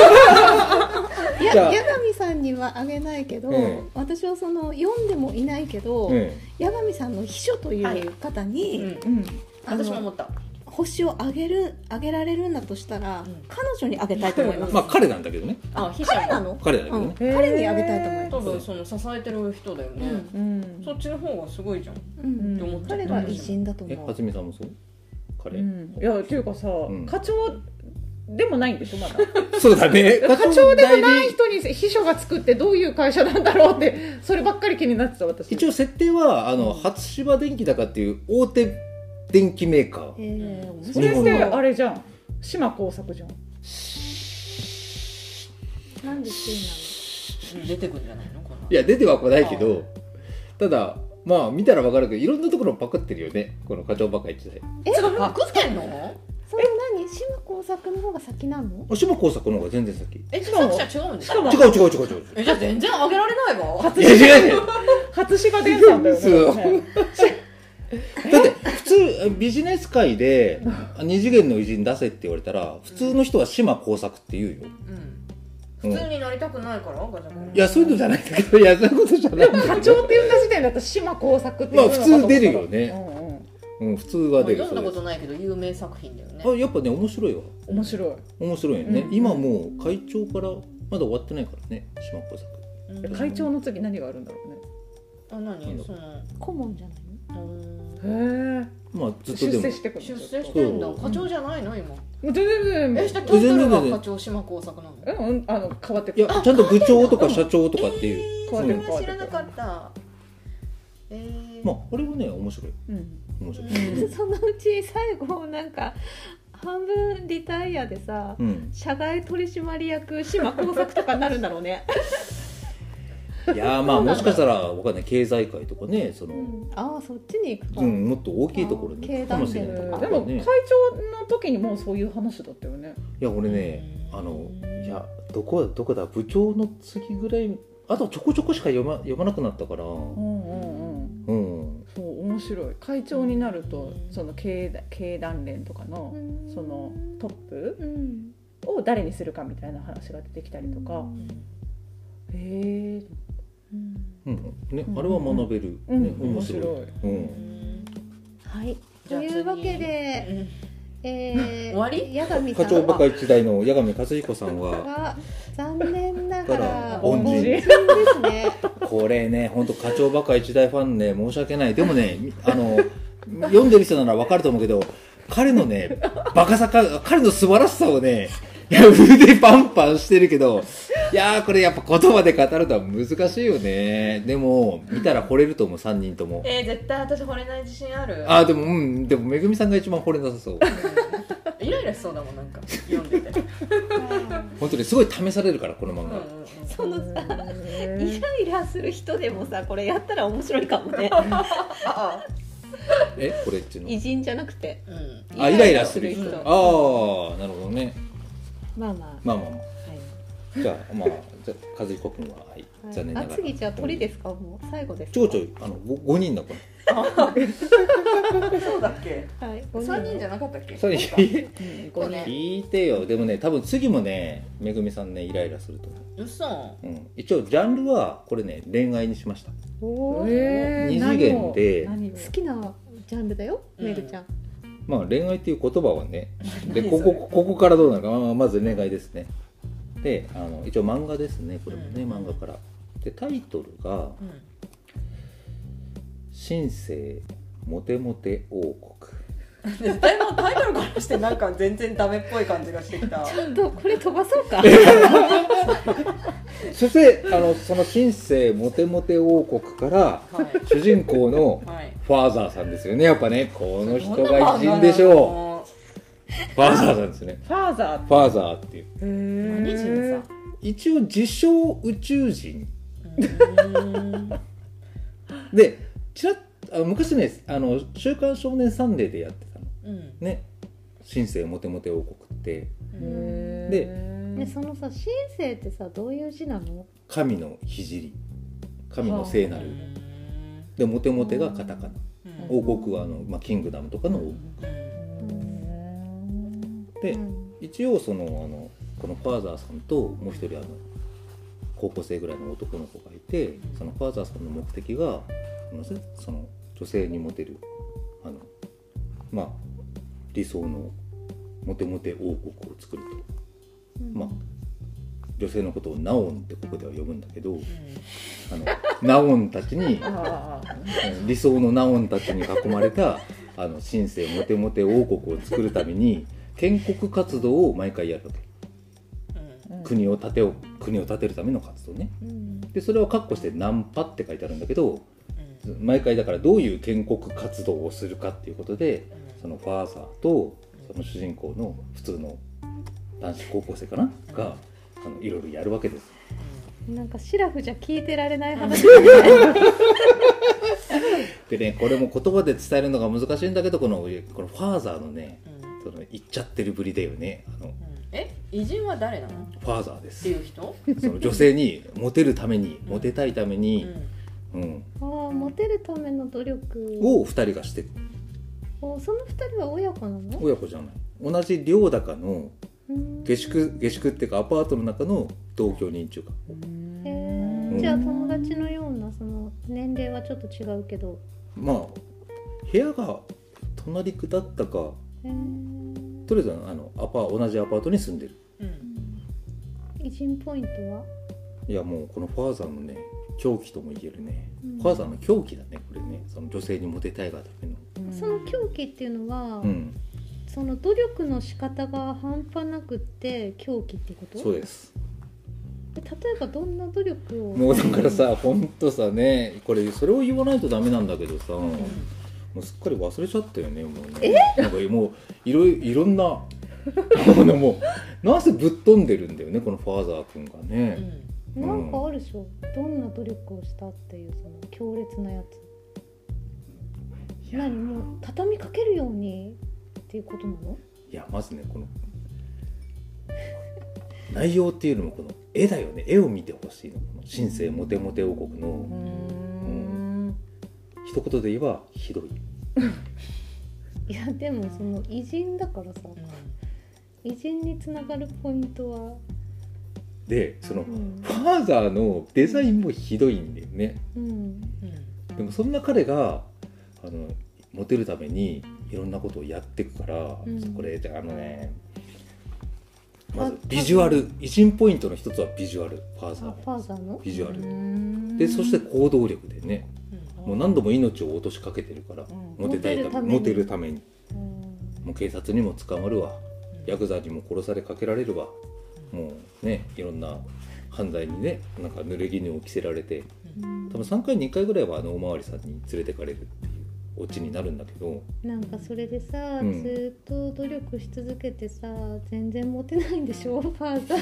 八神さんにはあげないけど、ええ、私はその読んでもいないけど、ええ、八神さんの秘書という方に、はいうんうん、 私も思った。 星をあげるあげられるんだとしたら、うん、彼女にあげたいと思います。 まあ彼なんだけどね。 あ、秘書なの？ 彼だけどね。 うん、彼にあげたいと思います。 多分その支えてる人だよね。うん、そっちの方がすごいじゃん。うん、って思って。 彼が偉人だと思う。 え、初見さんもそう？彼。 うん、いやっていうかさ、うん、課長でもないんでしょまだ。 そうだね。 課長でもない人に秘書がつくってどういう会社なんだろうってそればっかり気になってた私。 一応設定はあの、うん、初芝電機だかっていう大手電機メーカー。 えー、それってあれじゃん。島耕作じゃん。 なんで好きなの？ 出てくるんじゃないのかな。 いや出てはこないけど、ただまあ見たらわかるけどいろんなところパクってるよね。この課長ばっかり言ってた。え、それパクってんの？ それ何？島耕作の方が先なの？ 島耕作の方が全然先。 え、作者違うんですか？ 違う違う違う違う。 え、じゃあ全然あげられないわ。 初芝初芝電さんだよね。 だって普通ビジネス界で二次元の偉人出せって言われたら普通の人は島耕作って言うよ、 うん、普通になりたくないから、ガチャ君。 いやそういうのじゃないんだけど、いやそういうことじゃないんだけど、 課長って言った時点だったら島耕作っていうのまあ普通出るよね、うんうん、普通は出る。 読んだことないけど有名作品だよね。 あ、やっぱね面白いわ。 面白い面白いよね、うん、今もう会長からまだ終わってないからね、島耕作、 うん、会長の次何があるんだろうね。 あ、何その顧問じゃないの。へえ。 まあずっとでも出世してくる。 出世してんだ。課長じゃないの今。 全然全然。 え、したタイトルが課長島耕作なの？ え、うん、あの変わってくる。 いや、ちゃんと部長とか社長とかっていう。 変わってくる。知らなかった。えー、 まあこれはね面白い。うん。面白い。 うん、そのうち最後なんか。半分リタイアでさ、うん、社外取締役島耕作とかになるんだろうね。 いやまあもしかしたらわかんない、経済界とかね、その、うん、 ああそっちに行くか、 うん、もっと大きいところに行くかもしれないとか、 ね、でも会長の時にもうそういう話だったよね。 いや俺ね、あのいやどこどこだ部長の次ぐらい、あとちょこちょこしか読ま読まなくなったから、うんうんうん、うん、 そう面白い。会長になるとその経経団連とかのそのトップを誰にするかみたいな話が出てきたりとか、へえ、 うんね、あれは学べる、 うんね、 うん、面白い、 うん、 はい、というわけで、えー、 終わり？ 八神さん課長バカ一代の八神和彦さんは残念ながら恩人ですね。 これね、本当課長バカ一代ファンね、申し訳ない。でもね、あの読んでる人なら分かると思うけど、彼のねバカさか、彼の素晴らしさをね、いや腕パンパンしてるけど、いやーこれやっぱ言葉で語るのは難しいよね。でも見たら惚れると思う、さんにんとも。 えー、絶対私惚れない自信ある。 あーでもうんでもめぐみさんが一番惚れなさそう。 イライラしそうだもん、なんか読んでて。 本当にすごい試されるからこの漫画、うんうんうん、 そのさイライラする人でもさこれやったら面白いかもね。 えこれっていうの偉人じゃなくて、 うん、あイライラする人、ああなるほどね。 まあまあまあまあまあ、はい、じゃあまあじゃあ和彦君は、はい、残念ながら。 あ次じゃあ鳥ですか、もう最後ですか。 ちょいちょいあの 5, ごにんだこれ。 そうだっけ、 はい、 さんにんじゃなかったっけ。 さんにん聞いてよ。でもね多分次もねめぐみさんねイライラすると思う。 うそ、 うん、一応ジャンルはこれね恋愛にしました。 おー二次元で好きなジャンルだよ、うん、めぐちゃん。 まあ恋愛っていう言葉はねでここここからどうなるか、まあ、まず恋愛ですね。であの一応漫画ですね、これもね、うん、漫画からでタイトルが、うん、新生モテモテ王国。 絶対もうタイトルからしてなんか全然ダメっぽい感じがしてきた。 ちょっとこれ飛ばそうか。 そしてあのその新生モテモテ王国から、はい、主人公のファーザーさんですよね。やっぱねこの人が偉人でしょう。ファーザーさんですね。 ファーザーファーザーっていう。 何人さ。 一応自称宇宙人。でちらっあ昔ねあの週刊少年サンデーでやってたの、うん、ね新生モテモテ王国って。で、 ね、そのさ新生ってさどういう字なの？ 神の聖、神の聖なる。でモテモテがカタカナ、うん、王国はあの、まあ、キングダムとかの王国、うんで、うん、一応そのあのこのファーザーさんともう一人あの高校生ぐらいの男の子がいて、そのファーザーさんの目的がその女性にモテるあのまあ理想のモテモテ王国を作ると、うん、まあ女性のことをナオンってここでは呼ぶんだけど、うん、あのナオンたちに理想のナオンたちに囲まれたあの新生モテモテ王国を作るために建国活動を毎回やるわけ、うん、国を建てを国を建てるための活動ね、うん、でそれを括弧してナンパって書いてあるんだけど、うん、毎回だからどういう建国活動をするかっていうことで、そのファーザーとその主人公の普通の男子高校生かながあのいろいろやるわけです。 なんかシラフじゃ聞いてられない話でね、これも言葉で伝えるのが難しいんだけど、このこのファーザーのね、うん、その言っちゃってるぶりだよね。あの、うん、 え偉人は誰なの？ ファーザーですっていう人？ その女性にモテるために、モテたいために、 うんうん、あモテるための努力をふたりがしてる。 おそのふたりは親子なの？ 親子じゃない、同じ寮高の下宿下宿っていうかアパートの中の同居人中か。 へえ、じゃあ友達のようなその年齢はちょっと違うけど、 まあ部屋が隣区だったか、とりあえずあのアパ同じアパートに住んでる、うん、 偉人ポイントは？ いやもうこのファーザーのね狂気とも言えるね、うん、ファーザーの狂気だねこれね、その女性にモテたいがための、 うん、その狂気っていうのは、うん、その努力の仕方が半端なくって狂気ってこと？ そうです。 例えばどんな努力を？ もうだからさ、ほんとさね、これそれを言わないとダメなんだけどさ、うん、もうすっかり忘れちゃったよね。もうね、え？なんかもういろいろんなもうなんせぶっ飛んでるんだよねこのファーザー君がね、 うん、なんかあるでしょ、どんな努力をしたっていうその強烈なやつ。何もう畳みかけるようにっていうことなの？ いやまずねこの内容っていうのもこの絵だよね。絵を見てほしいの。この新生モテモテ王国の、うん、一言で言えばひどい。 いやでもその偉人だからさ、偉人につながるポイントはで、その、うん、ファーザーのデザインもひどいんだよね、うん、でもそんな彼があのモテるためにいろんなことをやっていくから、うん、これあのねまずビジュアル、偉人ポイントの一つはビジュアル、ファーザー、 ファーザーのビジュアルで、そして行動力でね、うん、もう何度も命を落としかけてるから、うん、モテたいためモテるために、うん、もう警察にも捕まるわ、うん、ヤクザにも殺されかけられるわ、うん、もうねいろんな犯罪にねなんか濡れ衣を着せられて、うん、多分さんかいにいっかいぐらいはあのおまわりさんに連れてかれるっていうオチになるんだけど、 なんかそれでさ、うん、ずっと努力し続けてさ全然モテないんでしょファーザ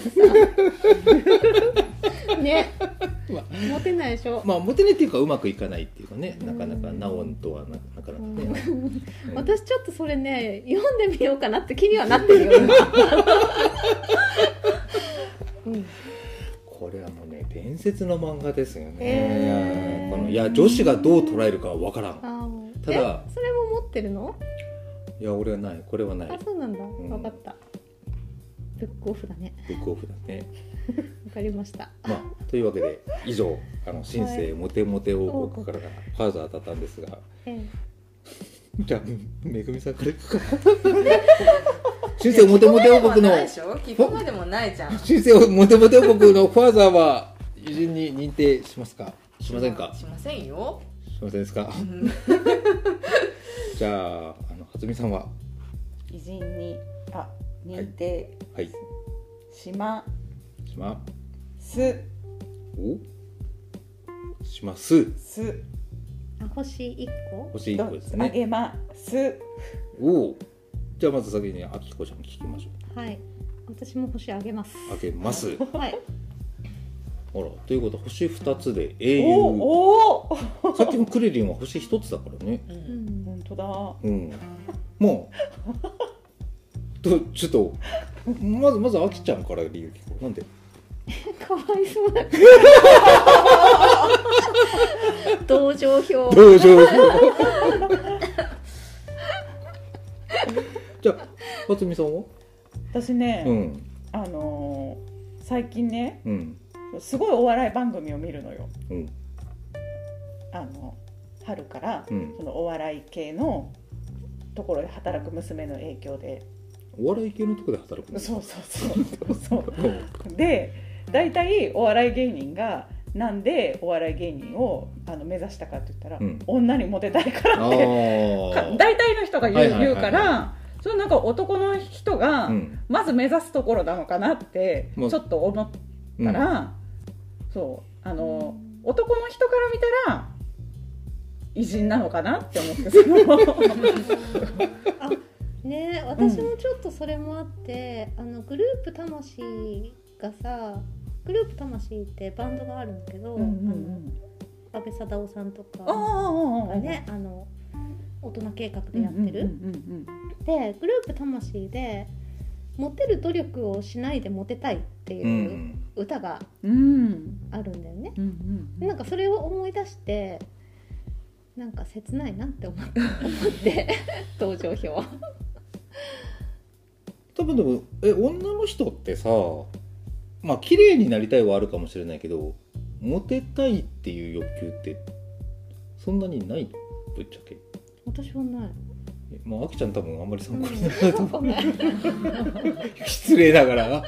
ーさんね、まあ、モテないでしょ。 まあモテないっていうかうまくいかないっていうかね、なかなかナオンとは な, なかなかね、うんうん、私ちょっとそれね読んでみようかなって気にはなってるよ今、 うん、これはもうね伝説の漫画ですよね、えー、このいや女子がどう捉えるかは分からん。ただそれも持ってるの？ いや俺はない、これはない。 あ、そうなんだ、うん、分かった。ブックオフだね。 ブックオフだね。 わかりました。 まあというわけで以上あの新生モテモテ王国からファーザーだったんですが、ええ、じゃあめぐみさんからいくか。新生モテモテ王国の聞くまでもないじゃん。 新生モテモテ王国のファーザーは偉人に認定しますか？しませんか？ しませんよ。 しませんですか？じゃあ、あのはつみさんは偉人にあ認定、はいはい、しましますおしますすあ星いっこ星いっこですね。 あげますおじゃあまず先にあきこちゃん聞きましょう。はい、私も星あげます。 あげますはいあらということは星ふたつで英雄。 おおさっきのクリリンは星ひとつだからね、 うん、本当だ、 うん、もうとちょっとまずまずあきちゃんから理由聞こう。なんでかわいそうだ同情票同情票じゃあはつみさんは？ 私ね、うん、あのー、最近ね、うんすごいお笑い番組を見るのよ、うん、あの春から、うん、そのお笑い系のところで働く娘の影響で。 お笑い系のところで働く？ そうそうそうそうで大体お笑い芸人がなんでお笑い芸人をあの目指したかって言ったら、うん、女にモテたいからって大体の人が言う、はいはいはいはい、言うからそのなんか男の人がまず目指すところなのかなってちょっと思ったら、うんそうあの男の人から見たら偉人なのかなって思ってそのあね私もちょっとそれもあって、うん、あのグループ魂がさグループ魂ってバンドがあるんだけど、うんうんうん、安倍貞夫さんとかがねあの大人計画でやってる、うんうんうんうん、でグループ魂でモテる努力をしないでモテたいっていう歌があるんだよね、うんうんうん、なんかそれを思い出してなんか切ないなって思って思って登場表多分でもえ女の人ってさ、まあ綺麗になりたいはあるかもしれないけど、モテたいっていう欲求ってそんなにないの？ぶっちゃけ私はない。 まあ、あきちゃん多分あんまり参考にならないと思う、 うん、 失礼ながら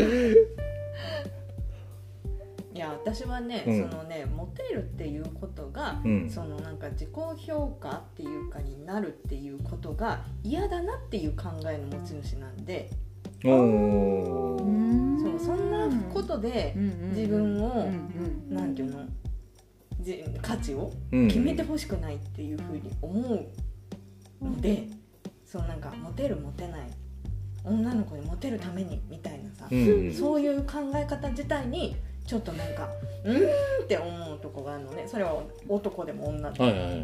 いや私はね、うん、そのねモテるっていうことが、うん、そのなんか自己評価っていうかになるっていうことが嫌だなっていう考えの持ち主なんで、おそうそんなことで自分をなんていうの価値を決めてほしくないっていうふうに思うので、そうなんかモテるモテない女の子にモテるためにみたいなさ、うん、そういう考え方自体にちょっとなんかうーんって思うとこがあるのね。それは男でも女でも、はいはいはい、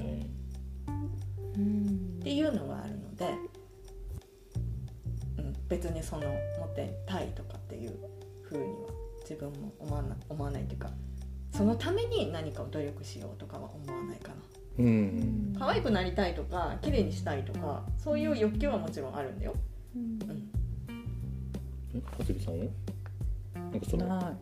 っていうのがあるので、うん、別にそのモテたいとかっていう風には自分も思わな、思わないというか、そのために何かを努力しようとかは思わないかな。うん、可愛くなりたいとか綺麗にしたいとかそういう欲求はもちろんあるんだよ。うん。 え、はつみさんは？なんかそのない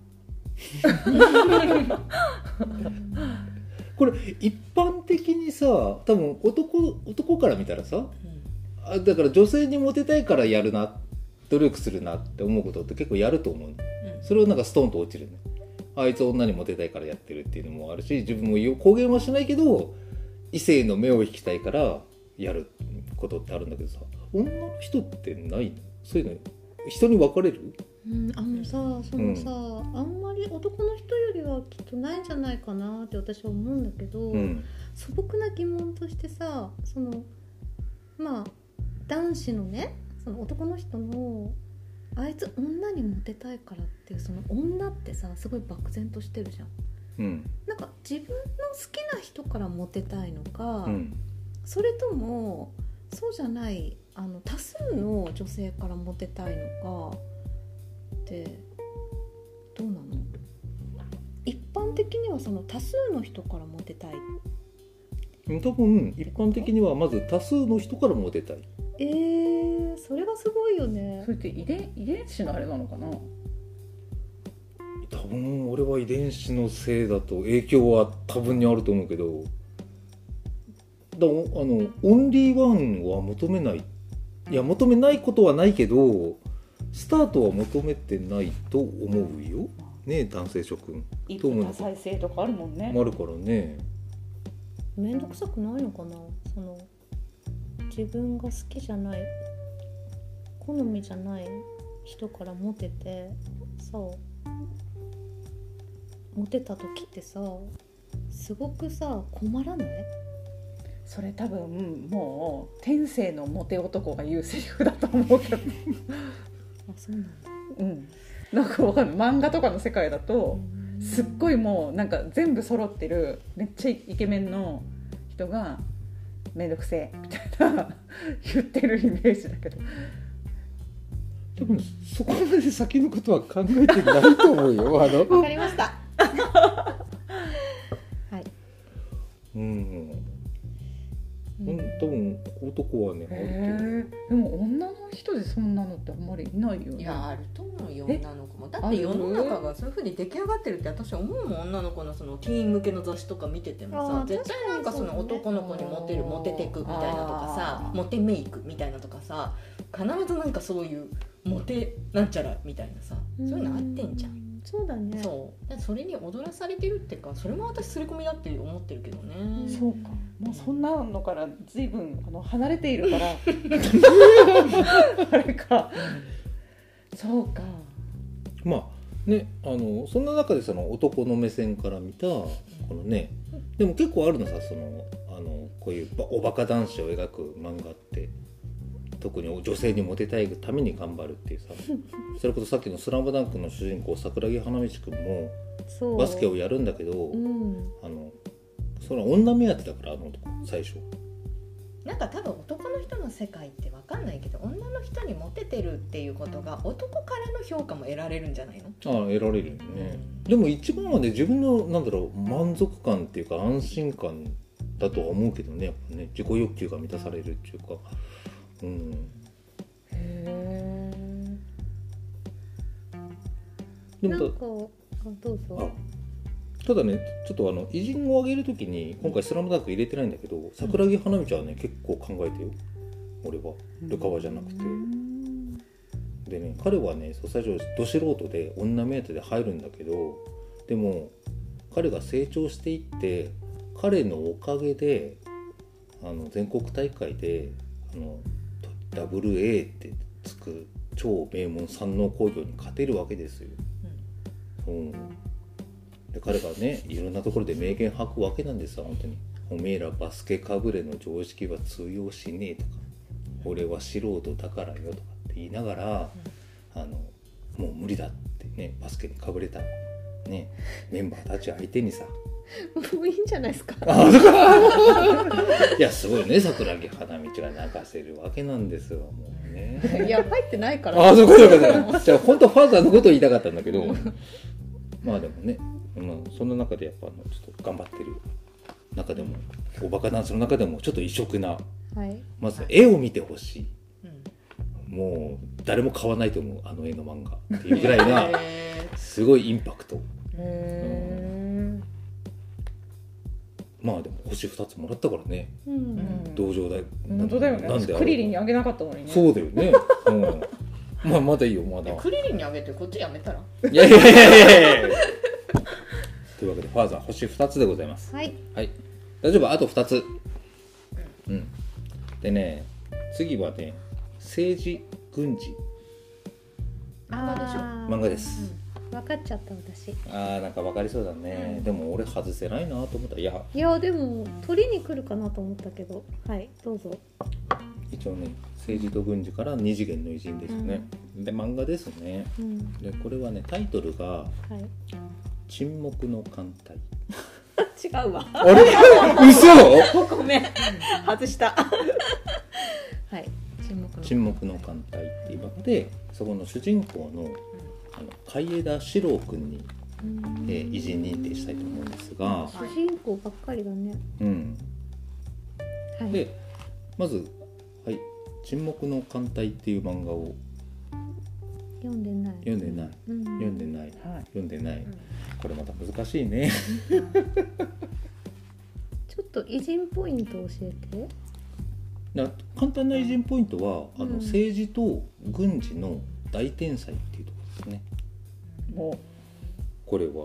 これ一般的にさ、多分 男, 男から見たらさ、うん、あだから女性にモテたいからやるな、努力するなって思うことって結構やると思う、うん、それをなんかストンと落ちるね。あいつ女にモテたいからやってるっていうのもあるし、自分も公言はしないけど異性の目を引きたいからやることってあるんだけどさ、女の人ってないの？そういうの人に分かれる？ うん、あのさ、そのさ、うん、あんまり男の人よりはきっとないんじゃないかなって私は思うんだけど、うん、素朴な疑問としてさ、そのまあ男子のね、その男の人のあいつ女にモテたいからっていうその女ってさ、すごい漠然としてるじゃん、うん、なんか自分の好きな人からモテたいのか、うん、それともそうじゃないあの多数の女性からモテたいのかってどうなの？一般的にはその多数の人からモテたい。 多分一般的にはまず多数の人からモテたい。 えー、それがすごいよね。 それって遺伝、遺伝子のあれなのかな？ 多分俺は遺伝子のせいだと影響は多分にあると思うけど、だあのオンリーワンは求めない。いや求めないことはないけどスタートは求めてないと思うよね、男性諸君。 一夫多妻制とかあるもんね。 あるからね。 めんどくさくないのかな、その自分が好きじゃない好みじゃない人からモテてさ、モテた時ってさすごくさ困らない？ それ多分もう天性のモテ男が言うセリフだと思うけどあ、そうなんだ。 うん。なんかわかんない。漫画とかの世界だとすっごいもうなんか全部揃ってるめっちゃイケメンの人がめんどくせえみたいな言ってるイメージだけど。 多分そこまで先のことは考えてないと思うよ。あの。 わかりました。はい。 うん。うん、多分男はね、 へでも女の人でそんなのってあんまりいないよね。 いやあると思うよ、女の子も。だって世の中がそういう風に出来上がってるって私は思うもん。女の子のそのティーン向けの雑誌とか見ててもさ、絶対なんかその男の子にモテる、モテてくみたいなとかさ、モテメイクみたいなとかさ、必ずなんかそういうモテなんちゃらみたいなさ、そういうのあってんじゃん。 そうだね。 そうだそれに踊らされてるっていうか、それも私刷り込みだって思ってるけどね。 そうか、もうそんなのから随分あの離れているからあれか、そうか。 まあね、あのそんな中でその男の目線から見たこのね、でも結構あるのさ、そのあのこういうおバカ男子を描く漫画って。特に女性にモテたいために頑張るっていうさそれこそさっきのスラムダンクの主人公桜木花道くんもバスケをやるんだけど、うん、あのそれは女目当てだから、あの男最初なんか多分男の人の世界って分かんないけど、女の人にモテてるっていうことが男からの評価も得られるんじゃないの？ ああ、得られるよね、うん、でも一番はね、自分のなんだろう満足感っていうか安心感だとは思うけどね、やっぱね自己欲求が満たされるっていうか、うん、 へえ。 でもなんかあどうぞ。 あただねちょっとあの偉人を挙げるときに今回スラムダンク入れてないんだけど、桜木花道はね結構考えてよ俺はルカワじゃなくて。でね彼はね最初ど素人で女目当てで入るんだけど、でも彼が成長していって彼のおかげであの全国大会であの ダブルエー ってつく超名門山王工業に勝てるわけですよ、うんうん、で彼がねいろんなところで名言吐くわけなんですよ。本当におめえらバスケかぶれの常識は通用しねえとか、俺は素人だからよとかって言いながら、うん、あのもう無理だってねバスケにかぶれたねメンバーたち相手にさもういいんじゃないですか。 いやすごいね桜木花道が泣かせるわけなんですよもうね。 いや入ってないから、ね、 あそうかそうかそうか。じゃあ本当ファーザーのことを言いたかったんだけどまあでもね、まあ、その中でやっぱあのちょっと頑張ってる中でもおバカダンスの中でもちょっと異色な、はい、まず絵を見てほしい、うん、もう誰も買わないと思うあの絵の漫画っていうぐらいなすごいインパクト。へー、まあでも星ふたつもらったからね、うん、同情だよ。 本当だよね。なんでクリリンにあげなかったのにね。 そうだよね、うん、まあまだいいよまだ。 クリリンにあげてこっちやめたら。 いやいやいやいやというわけでファーザー星ふたつでございます。 はい、 はい、大丈夫あとふたつ、うん、でね次はね政治軍事漫画でしょ。 漫画です、 うん、分かっちゃった私。 あーなんか分かりそうだね、うん、でも俺外せないなと思った。いやいやでも取りに来るかなと思ったけど、はいどうぞ。 一応ね政治と軍事から二次元の偉人ですね、うん、で漫画ですね、うん、でこれはねタイトルが、はい、沈黙の艦隊。 違うわ。 あれ嘘ごめん外したはい沈黙の沈黙の艦隊っていう漫画で、そこの主人公の、うん、あの海江田四郎くんに、えー、偉人認定したいと思うんですが、 主人公ばっかりだね。 うん、はい、でまず、はい、沈黙の艦隊っていう漫画を読んでない読んでない、うん、読んでない、はい、読んでない、うん、これまた難しいねちょっと偉人ポイント教えて。 だ簡単な偉人ポイントは、うん、あの政治と軍事の大天才っていうところですね、うん、これは、うん、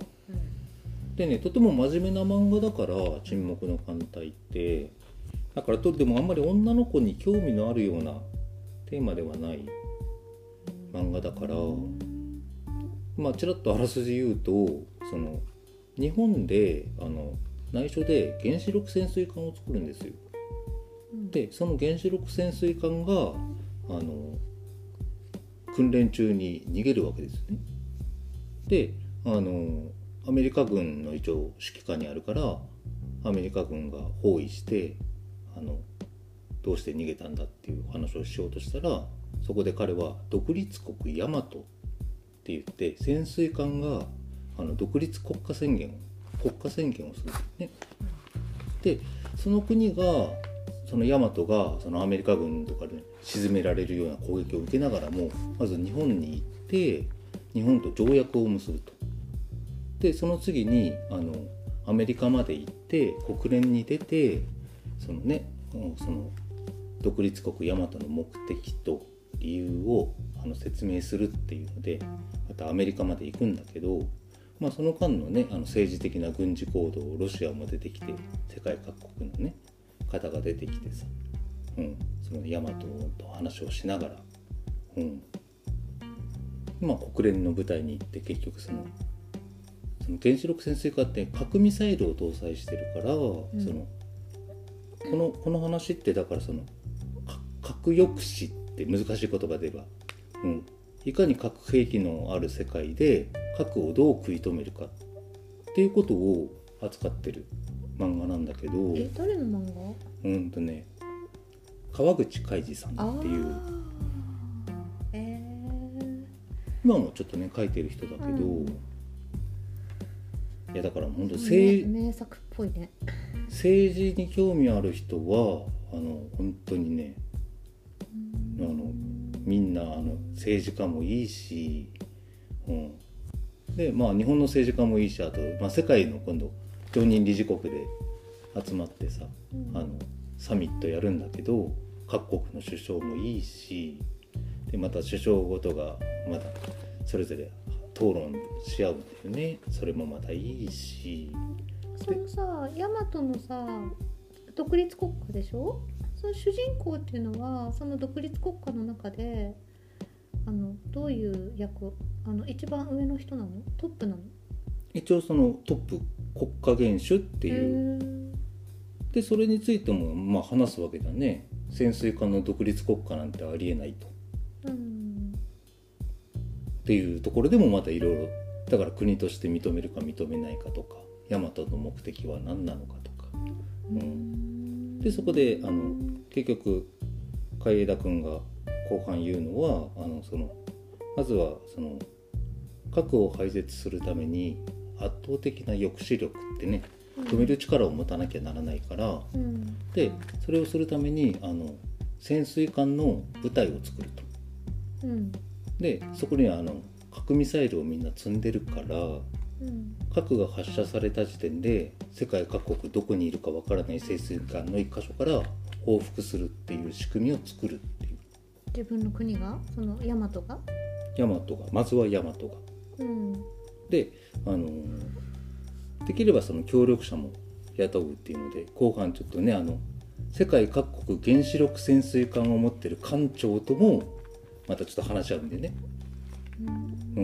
でねとても真面目な漫画だから沈黙の艦隊ってだからとでもあんまり女の子に興味のあるようなテーマではない漫画だから、まあちらっとあらすじ言うと、その日本であの内緒で原子力潜水艦を作るんですよ、うん、でその原子力潜水艦があの訓練中に逃げるわけですね。であのアメリカ軍の一応指揮下にあるからアメリカ軍が包囲してあのどうして逃げたんだっていう話をしようとしたら、そこで彼は独立国ヤマトって言って潜水艦があの独立国家宣言を国家宣言をするんですね。でその国がそのヤマトがそのアメリカ軍とかで、ね、沈められるような攻撃を受けながらもまず日本に行って日本と条約を結ぶと。でその次にあのアメリカまで行って国連に出てそのねその独立国ヤマトの目的と理由をあの説明するっていうのでまたアメリカまで行くんだけど、まあ、その間のねあの政治的な軍事行動ロシアも出てきて世界各国のね方が出てきてさ、うん、そのヤマトと話をしながら、うん、まあ国連の舞台に行って結局そのその原子力潜水艦って核ミサイルを搭載してるから、うん、そのこのこの話ってだからその核抑止って難しい言葉で言えば、うん、いかに核兵器のある世界で核をどう食い止めるかっていうことを扱ってる漫画なんだけど。 え誰の漫画？ うんとね川口海二さんっていう、 えー、 今もちょっとね書いてる人だけど、うん、いやだから本当名, 名作っぽいね。 政治に興味ある人はあの本当にね、あのみんなあの政治家もいいし、うん、でまあ日本の政治家もいいし、あと、まあ、世界の今度常任理事国で集まってさ、うん、あのサミットやるんだけど、各国の首相もいいし、でまた首相ごとがまだそれぞれ討論し合うんだよね。それもまたいいし、 そのさ大和のさ独立国家でしょ。その主人公っていうのはその独立国家の中であのどういう役、あの一番上の人なの？トップなの？ 一応そのトップ国家元首っていうで、それについてもまあ話すわけだね。潜水艦の独立国家なんてありえないと、うん、っていうところでもまたいろいろ、だから国として認めるか認めないかとか、大和の目的は何なのかとか、うん、でそこであの結局海江田君が後半言うのは、あのそのまずはその核を廃絶するために圧倒的な抑止力ってね、止める力を持たなきゃならないから、うん、でそれをするためにあの潜水艦の部隊を作ると、うん、でそこにはあの核ミサイルをみんな積んでるから、うん、核が発射された時点で世界各国どこにいるかわからない潜水艦の一箇所から報復するっていう仕組みを作るっていう。 自分の国が、その大和が大和がまずは大和が、うん、であのできればその協力者も雇うっていうので、後半ちょっとね、あの世界各国原子力潜水艦を持ってる艦長ともまたちょっと話し合うんでね、うん、うん、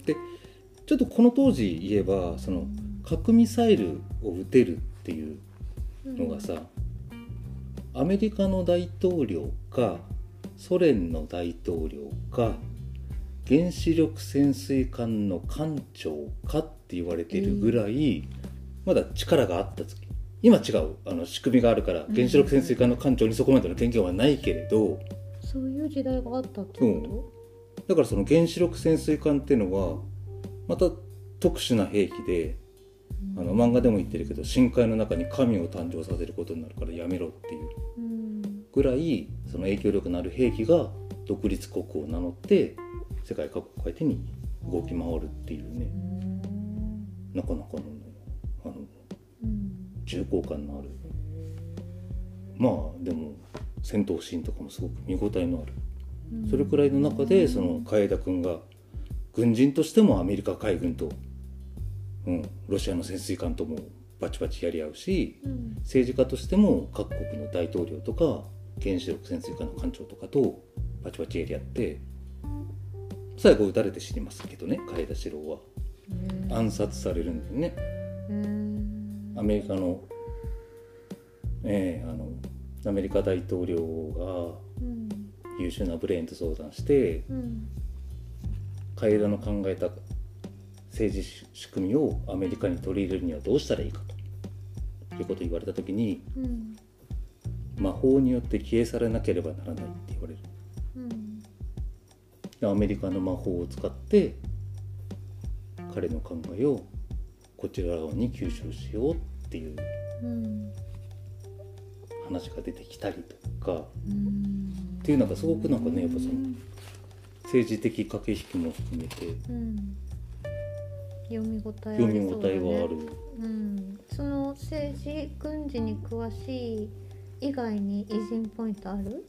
でちょっとこの当時言えば、その核ミサイルを撃てるっていうのがさ、アメリカの大統領かソ連の大統領か原子力潜水艦の艦長かって言われてるぐらい、まだ力があった時、今違うあの仕組みがあるから原子力潜水艦の艦長にそこまでの権限はないけれど、 そういう時代があったってこと、うん、 だからその原子力潜水艦っていうのはまた特殊な兵器で、あの漫画でも言ってるけど、深海の中に神を誕生させることになるからやめろっていうぐらい、その影響力のある兵器が独立国を名乗って世界各国相手に動き回るっていうね、なかなかの、あの重厚感のある、まあでも戦闘シーンとかもすごく見応えのある、それくらいの中でその海江田君が軍人としてもアメリカ海軍と、うん、ロシアの潜水艦ともバチバチやり合うし、うん、政治家としても各国の大統領とか原子力潜水艦の艦長とかとバチバチやり合って、最後撃たれて死にますけどね、海江田四郎は暗殺されるんだよね。アメリカの、えー、あのアメリカ大統領が優秀なブレーンと相談して、うん、海江田の考えた政治仕組みをアメリカに取り入れるにはどうしたらいいかということを言われたときに、うん、魔法によって消え去らなければならないって言われる、うん、アメリカの魔法を使って彼の考えをこちら側に吸収しようっていう話が出てきたりとか、うん、っていうのがすごくなんかね、やっぱその政治的駆け引きも含めて、うん、 読み応えありそうだね。読み応えはある、 うん、その政治軍事に詳しい以外に偉人ポイントある？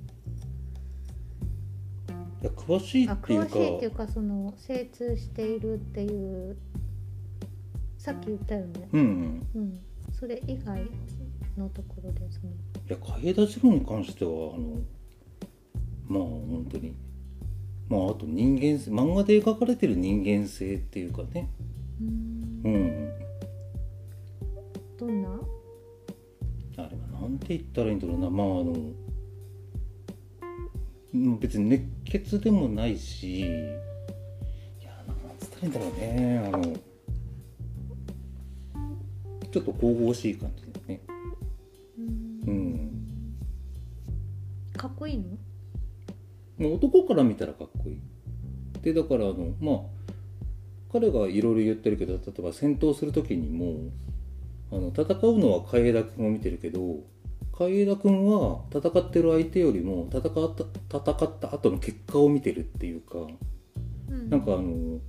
いや詳しいっていうか、 詳しいっていうかその精通しているっていうさっき言ったよね、うんうんうん、それ以外のところでそのいや海江田四郎に関してはあのまあ本当にまああと人間性、漫画で描かれてる人間性っていうかね、うーん、うん、 どんなあれはなんて言ったらいいんだろうな、まああの別に熱血でもないし、いやなんつったらいいんだろうね、あのちょっと神々しい感じですね。うん、うん、 かっこいいの？ もう男から見たらかっこいい。でだからあのまあ彼がいろいろ言ってるけど、例えば戦闘する時にもあの戦うのは海江田君を見てるけど、海江田君は戦ってる相手よりも戦った戦った後の結果を見てるっていうか、うん、なんかあの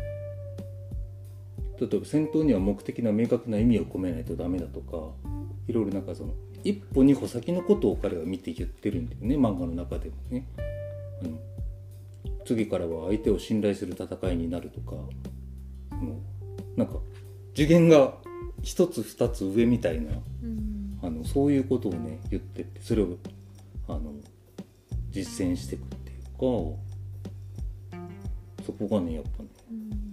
例えば戦闘には目的な明確な意味を込めないとダメだとか、いろいろなんかその一歩二歩先のことを彼は見て言ってるんだよね、漫画の中でもね。うん、次からは相手を信頼する戦いになるとか、そのなんか次元が一つ二つ上みたいな、うん、あのそういうことをね言ってって、それをあの実践していくっていうか、そこがねやっぱね、うん、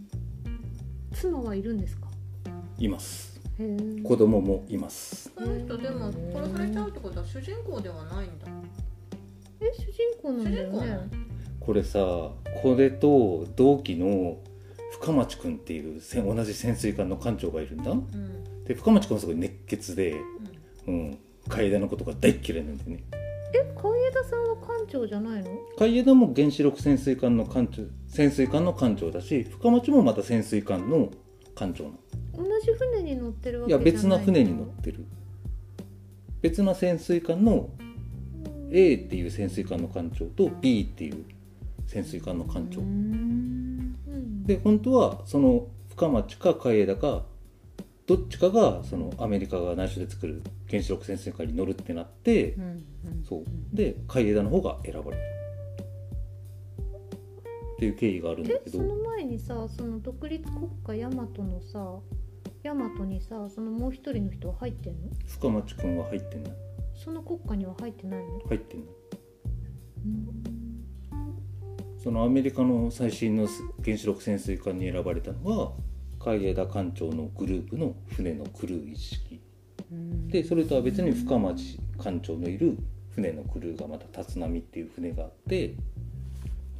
妻はいるんですか？ います。子供もいます。 この人でも殺されちゃうってことは主人公ではないんだ。 え、主人公なんだよね。 これさ、これと同期の深町くんっていう同じ潜水艦の艦長がいるんだ、うん、で深町くんはすごい熱血で、うんうん、海江田のことが大っ嫌いなんだよね。 え、海江田さんは艦長じゃないの？ 海江田も原子力潜水艦の艦長、潜水艦の艦長だし、深町もまた潜水艦の艦長なの。 同じ船に乗ってるわけじゃないの？ いや、別な船に乗ってる。別な潜水艦の A っていう潜水艦の艦長と B っていう潜水艦の艦長で、本当はその深町か海江田かどっちかがそのアメリカが内緒で作る原子力潜水艦に乗るってなって、うんうん、そうで海江田の方が選ばれるっていう経緯があるんだけど、 その前にさ、その独立国家ヤマトのさ、ヤマトにさ、そのもう一人の人は入ってんの？ 深町くんは入ってんの？ その国家には入ってないの？ 入ってんの。うん、そのアメリカの最新の原子力潜水艦に選ばれたのは海江田艦長のグループの船のクルー一式で、それとは別に深町艦長のいる船のクルーがまた立浪っていう船があって、うん、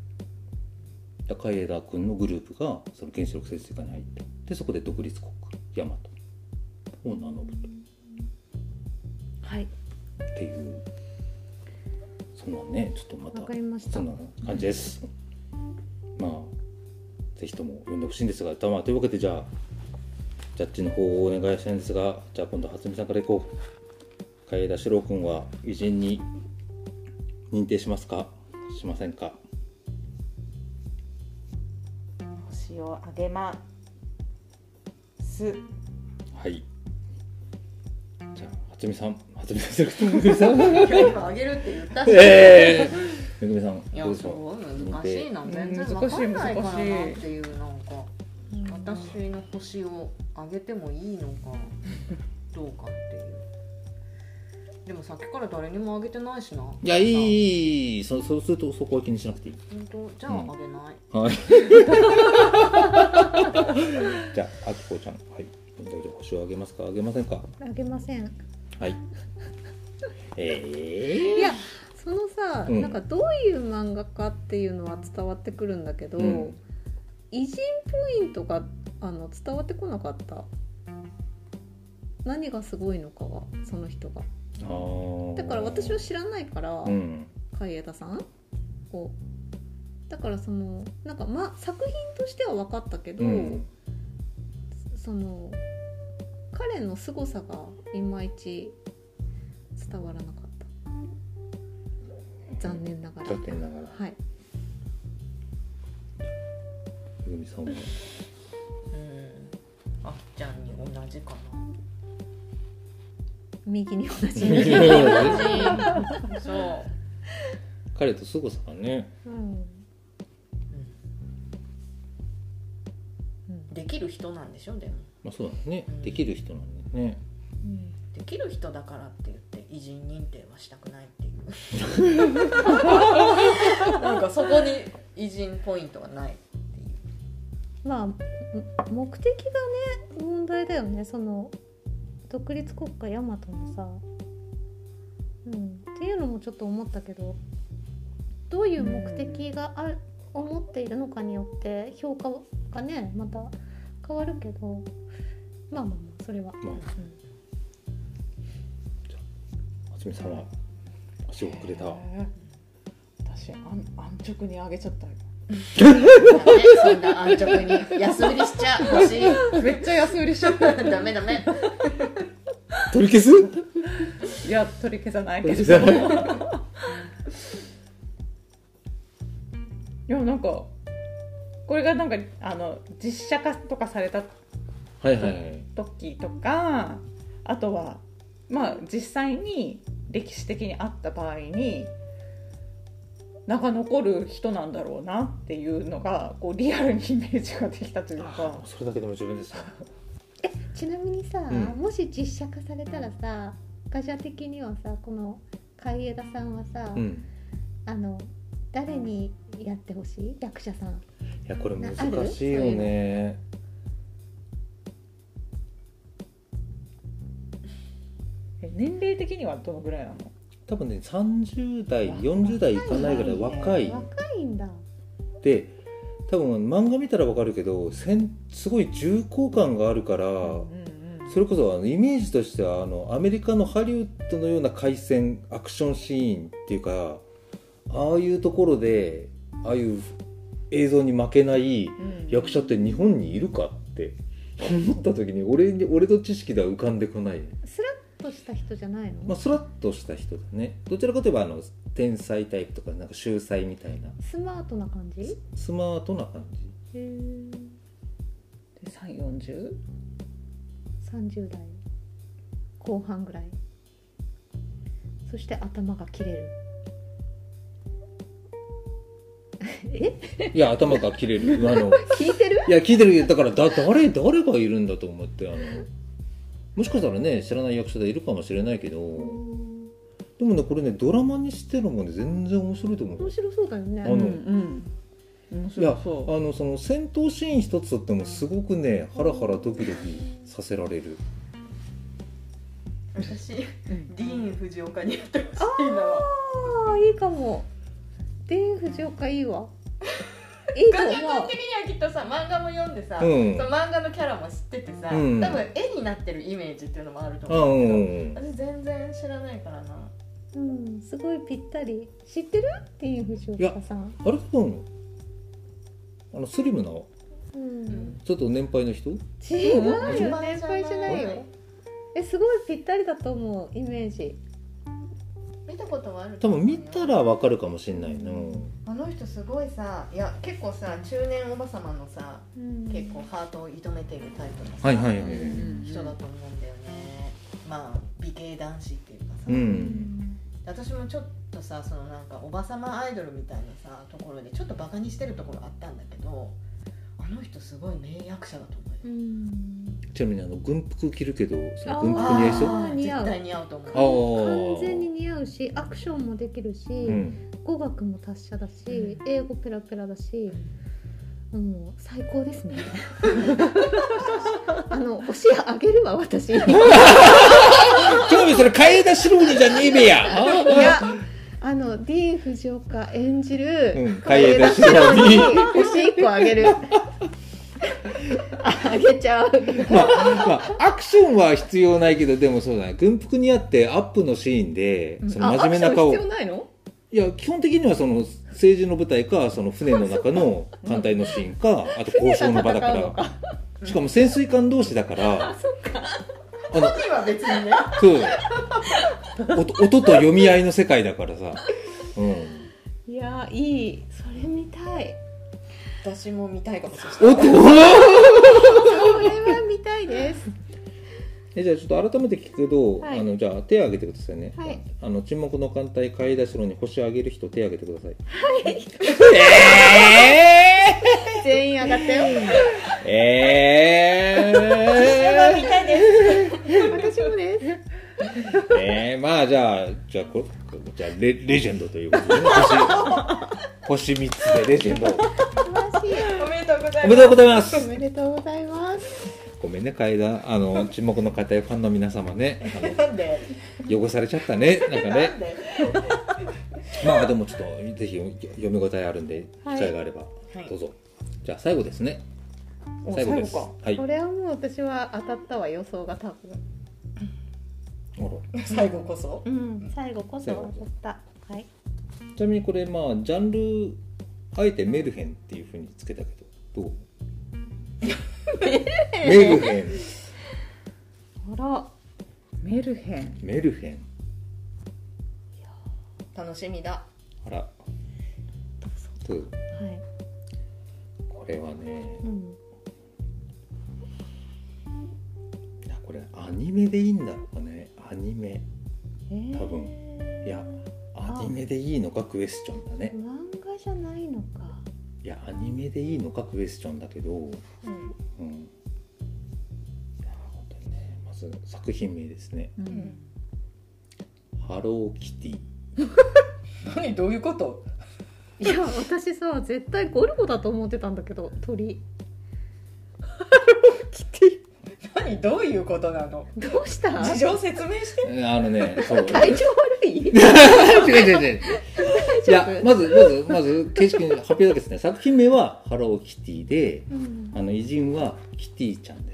海江田君のグループがその原子力潜水艦に入って、でそこで独立国家ヤマトを名乗ると、 はい、 っていうそんなね、ちょっとまたわかりました、 そんな感じです。まあぜひとも読んでほしいんですが、まあ、というわけでじゃあジャッジの方をお願いしたいんですが、じゃあ今度初見さんからいこう。海江田四郎君は偉人に認定しますかしませんか？ 星をあげます。 はい。じゃあ初見さん、初見さんじゃなくてめぐみさん。 今あげるって言ったし。 えー、めぐみさん。 いや、そう難しいな、全然わかんないからなっていう、なんか、うん、私の星をあげてもいいのかどうかっていう。でもさっきから誰にもあげてないしな。 いや、いい、そそうするとそこは気にしなくていい。 本当、じゃあ、うん、あげない。 はい。じゃあ、あきこちゃん、はい。星をあげますか、あげませんか？ あげません。 はい。えー、 いや、そのさ、うん、なんかどういう漫画かっていうのは伝わってくるんだけど、うん、偉人ポイントがあの伝わってこなかった。何がすごいのかが、その人が。だから私は知らないから、うん、海江田さんをだからそのなんか、ま、作品としては分かったけど、うん、その彼の凄さがいまいち伝わらなかった。残念ながら。 残念ながら。 はい。 めぐみさんは。 うん。あっちゃんに同じかな。 右に同じ。 右に同じ。そう。 彼と凄さがね。 うん。うん、できる人なんでしょ、でも。 まあそうだね、うん、できる人なんだね、 うん、できる人だからって言って偉人認定はしたくないっていうなんかそこに偉人ポイントがないっていう。 まあ目的がね問題だよね、その独立国家ヤマトのさ、うん、っていうのもちょっと思ったけど、どういう目的がある、うん、思っているのかによって評価がねまた変わるけど、まあまあまあそれは、まあ、うん、 じゃあはつみさんは足をくれた。 私安直にあげちゃったよ。 そんな安直に安売りしちゃ欲しい。 めっちゃ安売りしちゃったダメダメ。 取り消す？ いや取り消さないけどいやなんかこれがなんかあの実写化とかされたはいはいはい、 時とか、あとはまあ実際に歴史的にあった場合になんか残る人なんだろうなっていうのがこうリアルにイメージができたというか。 それだけでも十分ですね。 えちなみにさ、 うん、 もし実写化されたらさ、ガジャ的にはさこの海江田さんはさ、うん、あの誰にやってほしい役者さん？いやこれ難しいよね。 年齢的にはどのぐらいなの？ 多分ねさんじゅうだいよんじゅうだいいかないぐらい若い。 若いんだ。 で多分漫画見たら分かるけどせんすごい重厚感があるから、うんうんうん、それこそあのイメージとしてはあのアメリカのハリウッドのような海戦アクションシーンっていうか、ああいうところでああいう映像に負けない役者って日本にいるかって思った時に俺に俺の知識では浮かんでこない。 スラッとした人じゃないの？ まあ、スラッとした人だね。どちらかといえばあの天才タイプとかなんか秀才みたいなスマートな感じ？ スマートな感じ。 へー。 でさんじゅう、よんじゅう？ さんじゅうだいこう半ぐらい。そして頭が切れる。 え？いや頭が切れる。あの聞いてる？ いや聞いてる。だからだ誰誰がいるんだと思ってあのもしかしたらね知らない役者でいるかもしれないけど、でもねこれねドラマにしてるもんね全然面白いと思う。 面白そうだよね。 あの、うんうん面白そう。 いやあのその戦闘シーン一つとってもすごくねハラハラドキドキさせられる。 私、うん、ディーン・フジオカにやってほしいな。 ああいいかも。ディーン・フジオカいいわ。いいと思う。 ガジャ君的にはきっとさ漫画も読んでさ、うん、その漫画のキャラも知っててさ、うん、多分絵になってるイメージっていうのもあると思うけど、うん、私全然知らないからな。 うんすごいぴったり。知ってる？ディーン・フジオカさん。 あれかなあのスリムな、うん、ちょっと年配の人？ 違うよ年配じゃないよ。えすごいぴったりだと思うイメージ。 見たことはある。 多分見たらわかるかもしれないの、うん、 あの人すごいさいや結構さ中年おばさまのさ、うん、結構ハートを射止めているタイプのさ、はいはいはい、人だと思うんだよね。まあ美形男子っていうかさ、うん、私もちょっとさそのなんかおばさまアイドルみたいなさところでちょっとバカにしてるところあったんだけど、あの人すごい名役者だと思うよ。うん、 ちなみにあの軍服着るけどその軍服似合いそう？ 絶対似合うと思う。完全に似合うしアクションもできるし、うん、語学も達者だし、うん、英語ペラペラだし、もう最高ですね。あのおしあげるわ私。 興味それ海江田四郎にじゃねえべや。 いやあのディーン・フジオカ演じる、 うん、海江田四郎に星いっこあげる。あげちゃう。 まあ、まあ、アクションは必要ないけどでもそうだね軍服にあってアップのシーンでその真面目な顔、 うん、アクション必要ないの？ いや基本的にはその政治の舞台かその船の中の艦隊のシーンかあと交渉の場だからしかも潜水艦同士だからあそっか本人は別にねそう音, 音と読み合いの世界だからさ、うん、 いやいいそれ見たい。 私も見たいかもしれない。それは見たいです。 えじゃあちょっと改めて聞くけど、はい、あのじゃあ手を挙げてくださいね。 はい、あの沈黙の艦隊海江田四郎に星をあげる人手を挙げてください。 はい。 えー、全員上がったよ。 えー、 私も見たいです。私もです。 えー、まあじゃあじゃあこじゃあ レ, レジェンドということで、ね、星星みっつでレジェンド。 おめでとうございます。 おめでとうございます。 おめでとうございます。 ごめんね海田あの沈黙の艦隊ファンの皆様ね。 なんで汚されちゃったねなんかね。まあでもちょっとぜひ読み応えあるんで機会があれば、はい、どうぞ。じゃあ最後ですね。最後です。 はい、これはもう私は当たったわ予想が多分。 最後こそ、 うん、最後こそ当たった。はい。 ちなみにこれまあジャンルあえてメルヘンっていう風につけたけどどうメルヘンあらメルヘンメルヘン楽しみだ。 あらどうぞ。 はい、 これはね、うん、いやこれアニメでいいんだろうね。アニメ、えー、多分いやアニメでいいのかクエスチョンだね。 漫画じゃないのか。 いやアニメでいいのかクエスチョンだけど、うんうん、いや本当にね、まず作品名ですね、うん、ハローキティ何どういうこと？ いや私さ絶対ゴルゴだと思ってたんだけど鳥ハローキティ何どういうことなの？ どうした事情説明してあのねそう体調悪い違う違う違ういやまずまずまず形式に発表だけですね。作品名はハローキティで、うん、あの偉人はキティちゃんです。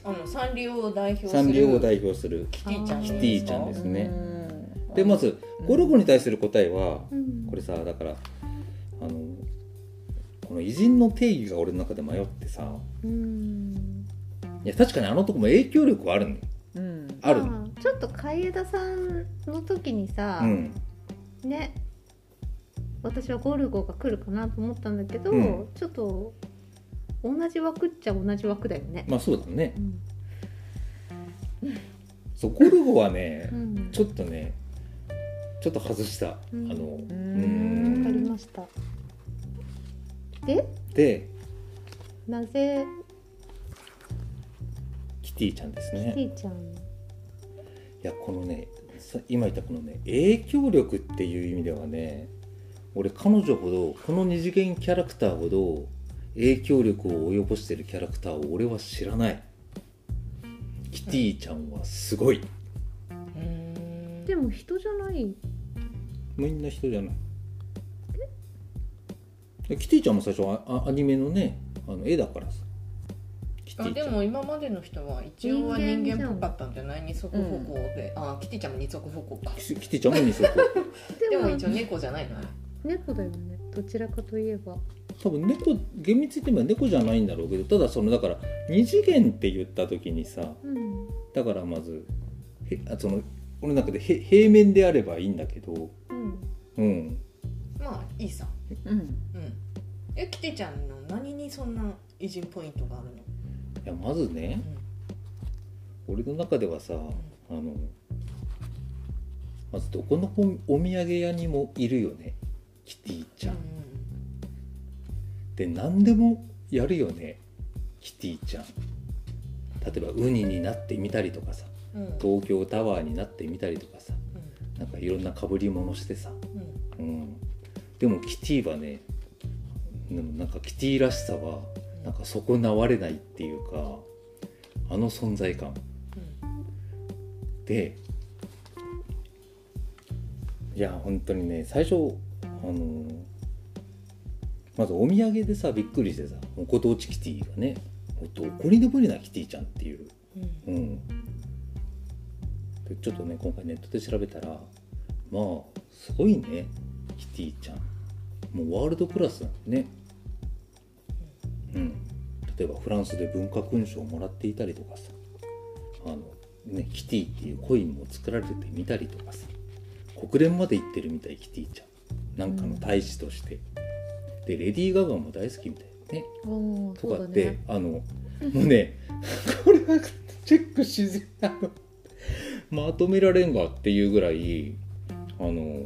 あのサンリオを代表するサンリオを代表するキティちゃんキティちゃんですね。でまずゴルゴに対する答えは、うん、これさだからあのこの偉人の定義が俺の中で迷ってさ、うん、いや確かにあのとこも影響力はあるのよ、うん、あるの。 ちょっと海江田さんの時にさ、うん、ね私はゴルゴが来るかなと思ったんだけど、うん、ちょっと同じ枠っちゃ同じ枠だよね。 まあそうだね、うん、そうゴルゴはね、うん、ちょっとねちょっと外した、うん、あのうーんわかりました。ででなぜキティちゃんですね。 キティちゃん、いやこのね今言ったこのね影響力っていう意味ではね、俺彼女ほどこの二次元キャラクターほど影響力を及ぼしてるキャラクターを俺は知らない。キティちゃんはすごい。 でも人じゃない。 みんな人じゃない。えキティちゃんも最初はアニメのねあの絵だからさ。 あでも今までの人は一応は人間っぽかったんじゃない？二足歩行で、うん、あキティちゃんも二足歩行か。 キティちゃんも二足歩行でも一応猫じゃないの？ 猫だよね。どちらかといえば多分猫厳密に言えば猫じゃないんだろうけど、ただそのだから二次元って言った時にさ、うん、だからまずへその俺の中でへ平面であればいいんだけど、うん、うん、 まあいいさ、うん、うん、えキティちゃんの何にそんな偉人ポイントがあるの？ いやまずね、うん、俺の中ではさ、あのまずどこのお土産屋にもいるよねキティちゃん、うん、で何でもやるよねキティちゃん。例えばウニになってみたりとかさ、うん、東京タワーになってみたりとかさ、うん、なんかいろんな被り物してさ、うんうん、でもキティはねなんかキティらしさはなんか損なわれないっていうか、あの存在感、うん、でいや本当にね最初あのまずお土産でさびっくりしてさご当地キティがねどこにでもいるなキティちゃんっていう、うんうん、でちょっとね今回ネットで調べたらまあすごいねキティちゃんもうワールドクラスなんね、うん、例えばフランスで文化勲章をもらっていたりとかさ、あの、ね、キティっていうコインも作られてみたりとかさ、国連まで行ってるみたいキティちゃんなんかの大使として、うん、でレディー・ガガも大好きみたいねとかって、ね、あのもうねこれはチェックしづらいのまとめられんがっていうぐらいあの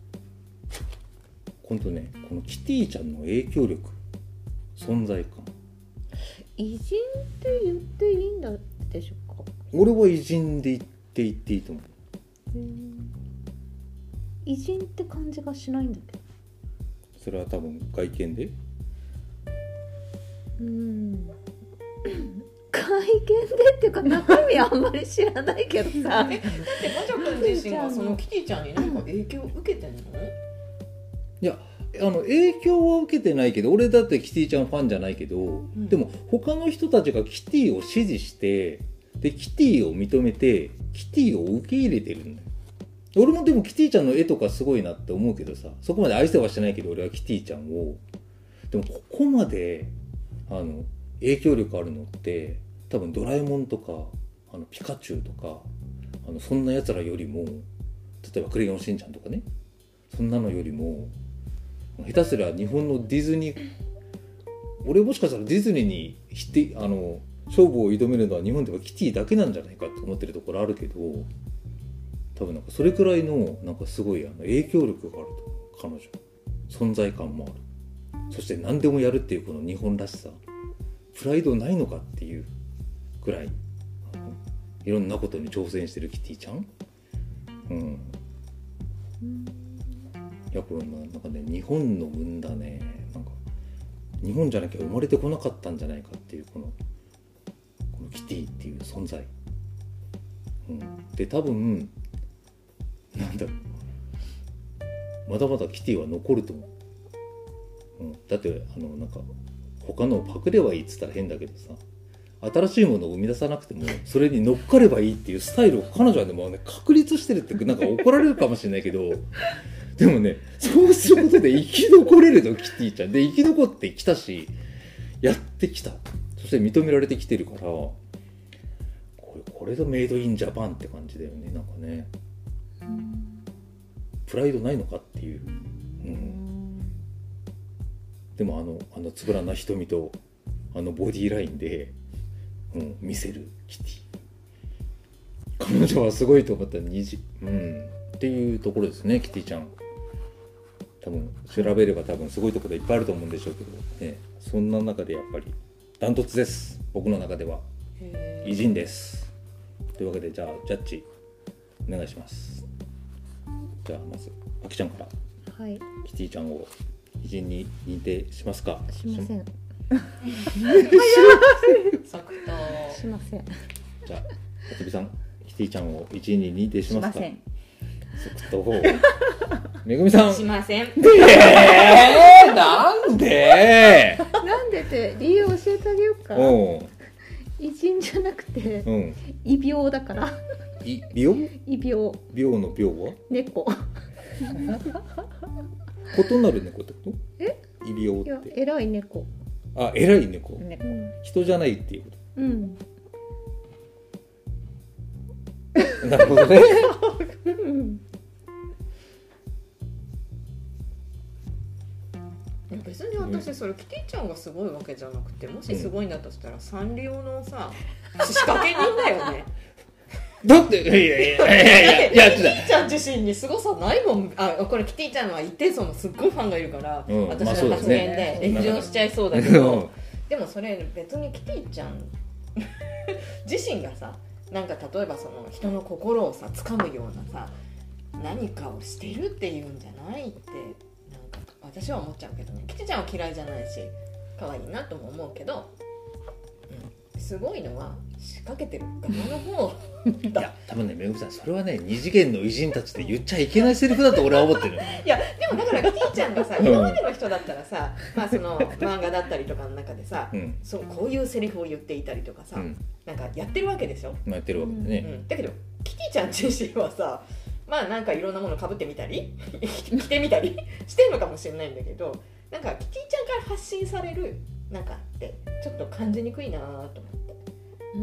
今度ねこのキティちゃんの影響力存在感偉人って言っていいんだでしょうか。 俺は偉人で言って言っていいと思う。 偉人って感じがしないんだけど、 それは多分外見でうん外見でっていうか中身あんまり知らないけどさだってガチャ君自身がそのキティちゃんに何か影響を受けてんの？ いやあの影響は受けてないけど俺だってキティちゃんファンじゃないけど、うん、でも他の人たちがキティを支持してでキティを認めてキティを受け入れてるんだよ。俺もでもキティちゃんの絵とかすごいなって思うけどさ、そこまで愛せはしてないけど俺はキティちゃんをでもここまであの影響力あるのって多分ドラえもんとかあのピカチュウとかあのそんなやつらよりも、例えばクレヨンしんちゃんとかね、そんなのよりも下手すりゃ日本のディズニー、俺もしかしたらディズニーにひてあの勝負を挑めるのは日本ではキティだけなんじゃないかと思ってるところあるけど、多分なんかそれくらいのなんかすごいあの影響力があると、彼女存在感もある、そして何でもやるっていうこの日本らしさ、プライドないのかっていうくらいいろんなことに挑戦してるキティちゃん、うん、いやこれなんかね、日本の生んだね、なんか日本じゃなきゃ生まれてこなかったんじゃないかっていうこのこのキティっていう存在、うん、で多分なんだろう、まだまだキティは残ると思う、うん、だってあのなんか他のをパクればいいっつったら変だけどさ、新しいものを生み出さなくてもそれに乗っかればいいっていうスタイルを彼女はでもね確立してるってなんか怒られるかもしれないけどでもね、そうすることで生き残れるのキティちゃんで、生き残ってきたしやってきた、そして認められてきてるから、これこれぞメイドインジャパンって感じだよね。なんかね、プライドないのかっていう、うん、でもあのあのつぶらな瞳とあのボディーラインで、うん、見せるキティ、彼女はすごいと思ったら虹、うん、っていうところですね。キティちゃん多分調べれば多分すごいところいっぱいあると思うんでしょうけど、ね、そんな中でやっぱりダントツです、僕の中では。偉人です。というわけでじゃあジャッジお願いします。じゃあまずあきちゃんから、 はい、 キティちゃんを偉人に認定しますか？ しません。しません。 じゃああつびさん、キティちゃんを偉人に認定しますか？ しません。 即答めぐみさん、 しません。 えー、なんでなんでって理由教えてあげようか。偉人じゃなくて、うん、異病だから。 い病？ 異病。 病の病は？ 猫。 異なる猫ってこと？え？異病って。いや、 偉い猫。 あ、偉い猫。 猫。 人じゃないっていうこと。 うん。 なるほどね。 うん別に私それキティちゃんがすごいわけじゃなくて、もしすごいんだとしたらサンリオのさ仕掛け人だよね。 だっていやいやいやいやいや、 キティちゃん自身にすごさないもん。あ、これキティちゃんは一定層のすっごいファンがいるから、うん、私の発言で炎上しちゃいそうだけど、でもそれ別にキティちゃん自身がさ、なんか例えばその人の心をさ掴むようなさ何かをしてるっていうんじゃないって、なんか私は思っちゃうけどね。キティちゃんは嫌いじゃないし可愛いなとも思うけど、うん、すごいのは仕掛けてる側の方だ。 いや多分ね、めぐみさんそれはね二次元の偉人たちで言っちゃいけないセリフだと俺は思ってる。 いやでもだからキティちゃんがさ今までの人だったらさ、まあその漫画だったりとかの中でさ、うん、そうこういうセリフを言っていたりとかさ、うん、なんかやってるわけでしょ。 まあ、やってるわけでね、 うん、だけどキティちゃん自身はさ、まあなんかいろんなものをかぶってみたり着てみたりしてるのかもしれないんだけど、なんかキティちゃんから発信されるなんかってちょっと感じにくいなと思って。 うん、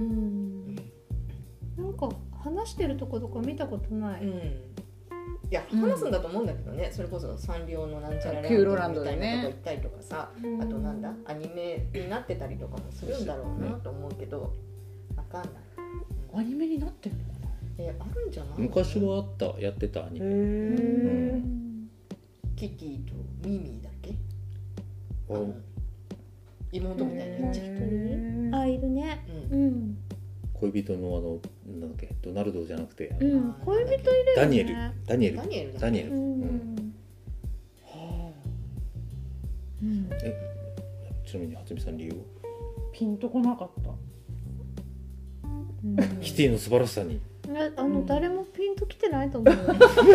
なんか話してるとことか見たことない。うん、いや話すんだと思うんだけどね、うん、それこそサンリオのなんちゃらランドみたいなとこ行ったりとかさ、ね、あとなんだアニメになってたりとかもするんだろうなと思うけど、わかんない。 アニメになってるのかな。 えあるんじゃない？ 昔はあった、やってたアニメ。へー、うん、 キティとミミだっけ？あの妹みたいなやつ。 あ、いるね。うん。うん、 恋人のあのなんだっけ、ドナルドじゃなくて、 うん、恋人いるよね。 ダニエル、ダニエル、 ダニエル、 ダニエル。 うん。 はあ。うん、え、ちなみに初見さん理由は？ ピンとこなかった。 うん、 キティの素晴らしさに。 あの、うん、誰もピンときてないと思うよ。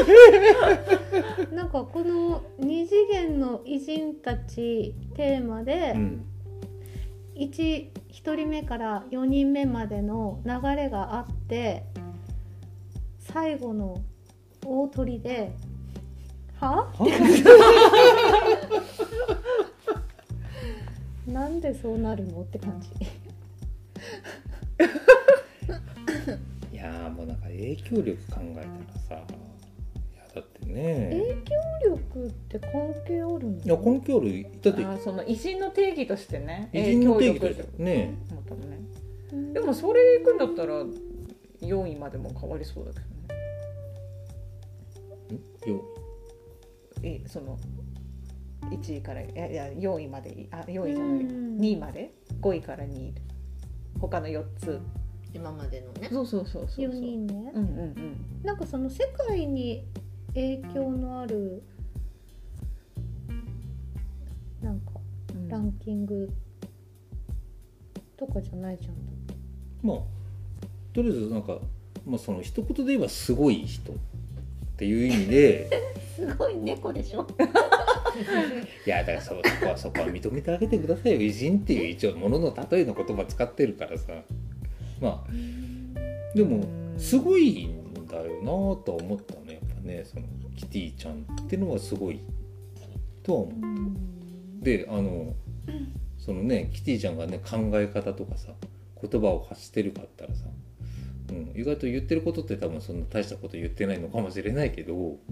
なんかこの二次元の偉人たちテーマで、うん、いち, ひとりめからよにんめまでの流れがあって、最後の大鳥では？はなんでそうなるのって感じいやもうなんか影響力考えたらさ、いやだってね影響力って関係あるの？ いや関係ある。だってあその偉人の定義としてね、 偉人の定義としてね、 うん、でもそれいくんだったらよんいまでも変わりそうだけどね。ん？よえそのいちいからいやいやよんいまでいい、あよんいじゃない、にいまでごいからにい他のよっつ今までのね。 そうそうそうそうよにんね、 うんうんうん、 なんかその世界に影響のあるなんかランキングとかじゃないじゃん。 まあとりあえずなんか、まあ、その一言で言えばすごい人っていう意味ですごい猫でしょいやだから そ, そこはそこは認めてあげてくださいよ。偉人っていう一応ものの例えの言葉使ってるからさ、まあでもすごいんだよなとは思ったね。やっぱねそのキティちゃんっていうのはすごいとは思う。であのそのねキティちゃんがね考え方とかさ言葉を発してるかったらさ、うん、意外と言ってることって多分そんな大したこと言ってないのかもしれないけど、うん、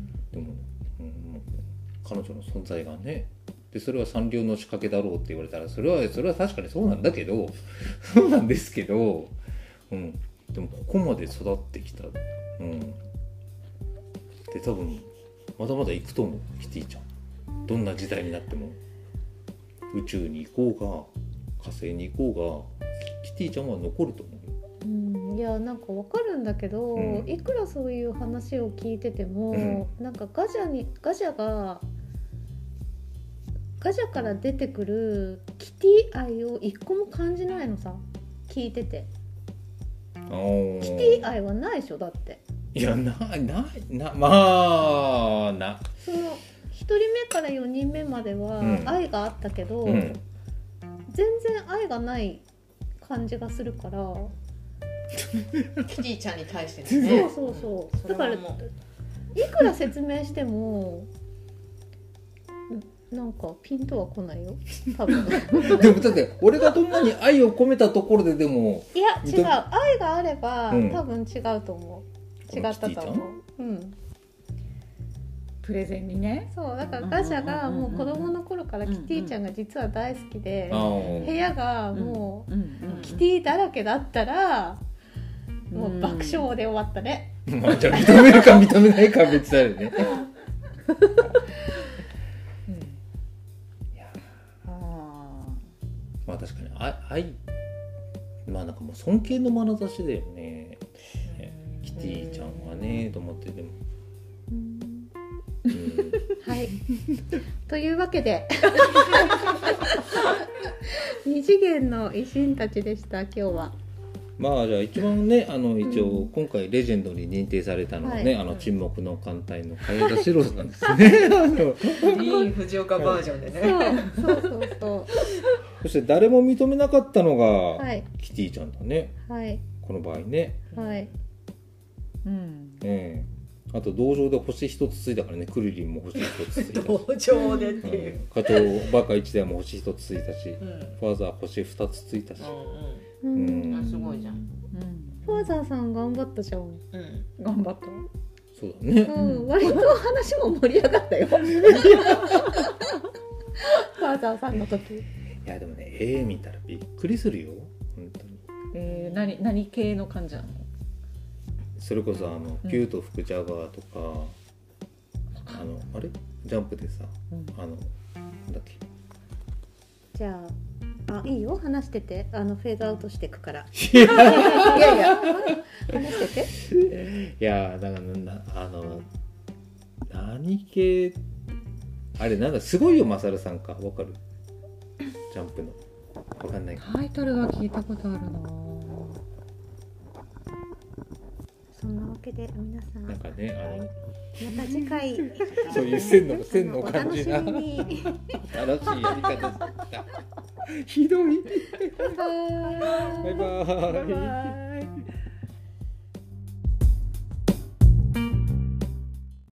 でも、うん、彼女の存在がねでそれは三流の仕掛けだろうって言われたらそれはそれは確かにそうなんだけどそうなんですけど、うん、でもここまで育ってきた、うん、で多分まだまだ行くと思う。キティちゃんどんな時代になっても宇宙に行こうが火星に行こうがキティちゃんは残ると思う。 うん、いやなんかわかるんだけど、うん、いくらそういう話を聞いてても、うん、なんかガジャにガジャがガジャから出てくるキティ愛を一個も感じないのさ、聞いてて。キティ愛はないでしょだって。 いやないないなまあなそのひとりめからよにんめまでは愛があったけど、うん、全然愛がない感じがするからキティちゃんに対してね。 そうそうそう、うん、だからいくら説明してもなんかピンとは来ないよ多分でもだって俺がどんなに愛を込めたところででもいや違う、愛があれば、うん、多分違うと思う。違ったと思う。うん、 プレゼンにね。 そうだからガジャがもう子供の頃からキティちゃんが実は大好きで、うん、部屋がもうキティだらけだったらもう爆笑で終わったね。 まあじゃあ認めるか認めないかは別だよね。まあ確かに愛まあなんかもう尊敬の眼差しだよね。キティちゃんはねと思ってでも。うんうん、 はいというわけで二次元の偉人たちでした今日は。 まあじゃあ一番ねあの一応、うん、今回レジェンドに認定されたのはね、はい、あの沈黙の艦隊の海田四郎さんですね。ディーン・藤岡バージョンでね。 そうそうそうそう。 そして誰も認めなかったのが、はい、キティちゃんだね、 はい、 この場合ね。 はい。 うん。 ええー、あと道場で星一つついたからね。クリリンも星一つついたし。 道場でっていう。 うん、課長バカ一台も星一つついたし、うん、ファーザー星二つついたし。 うんうん。うん、すごいじゃん。うん、 ファーザーさん頑張ったじゃん。うん。 頑張った。 そうだね。 うん。割と話も盛り上がったよ。ファーザーさんの時。 いやでもね、絵見たらびっくりするよ本当に。 えー、何何系の感じなの？ それこそあの、うん、ピュート吹くジャガーとか、あのあれジャンプでさ、うん、あのなんだっけ。 じゃああいいよ話してて、あのフェードアウトしていくから。いやいや話してて。 いやだからなあの何系あれなんだすごいよマサルさんかわかる？ジャンプのわかんないか。 タイトルは聞いたことあるな。 そんなわけで皆さんなんかねあの、 はい、また次回そういう線の線の感じなお楽しみに新しいやり方だひどい。 バイバーイ。 バイバーイ。 バイバーイ。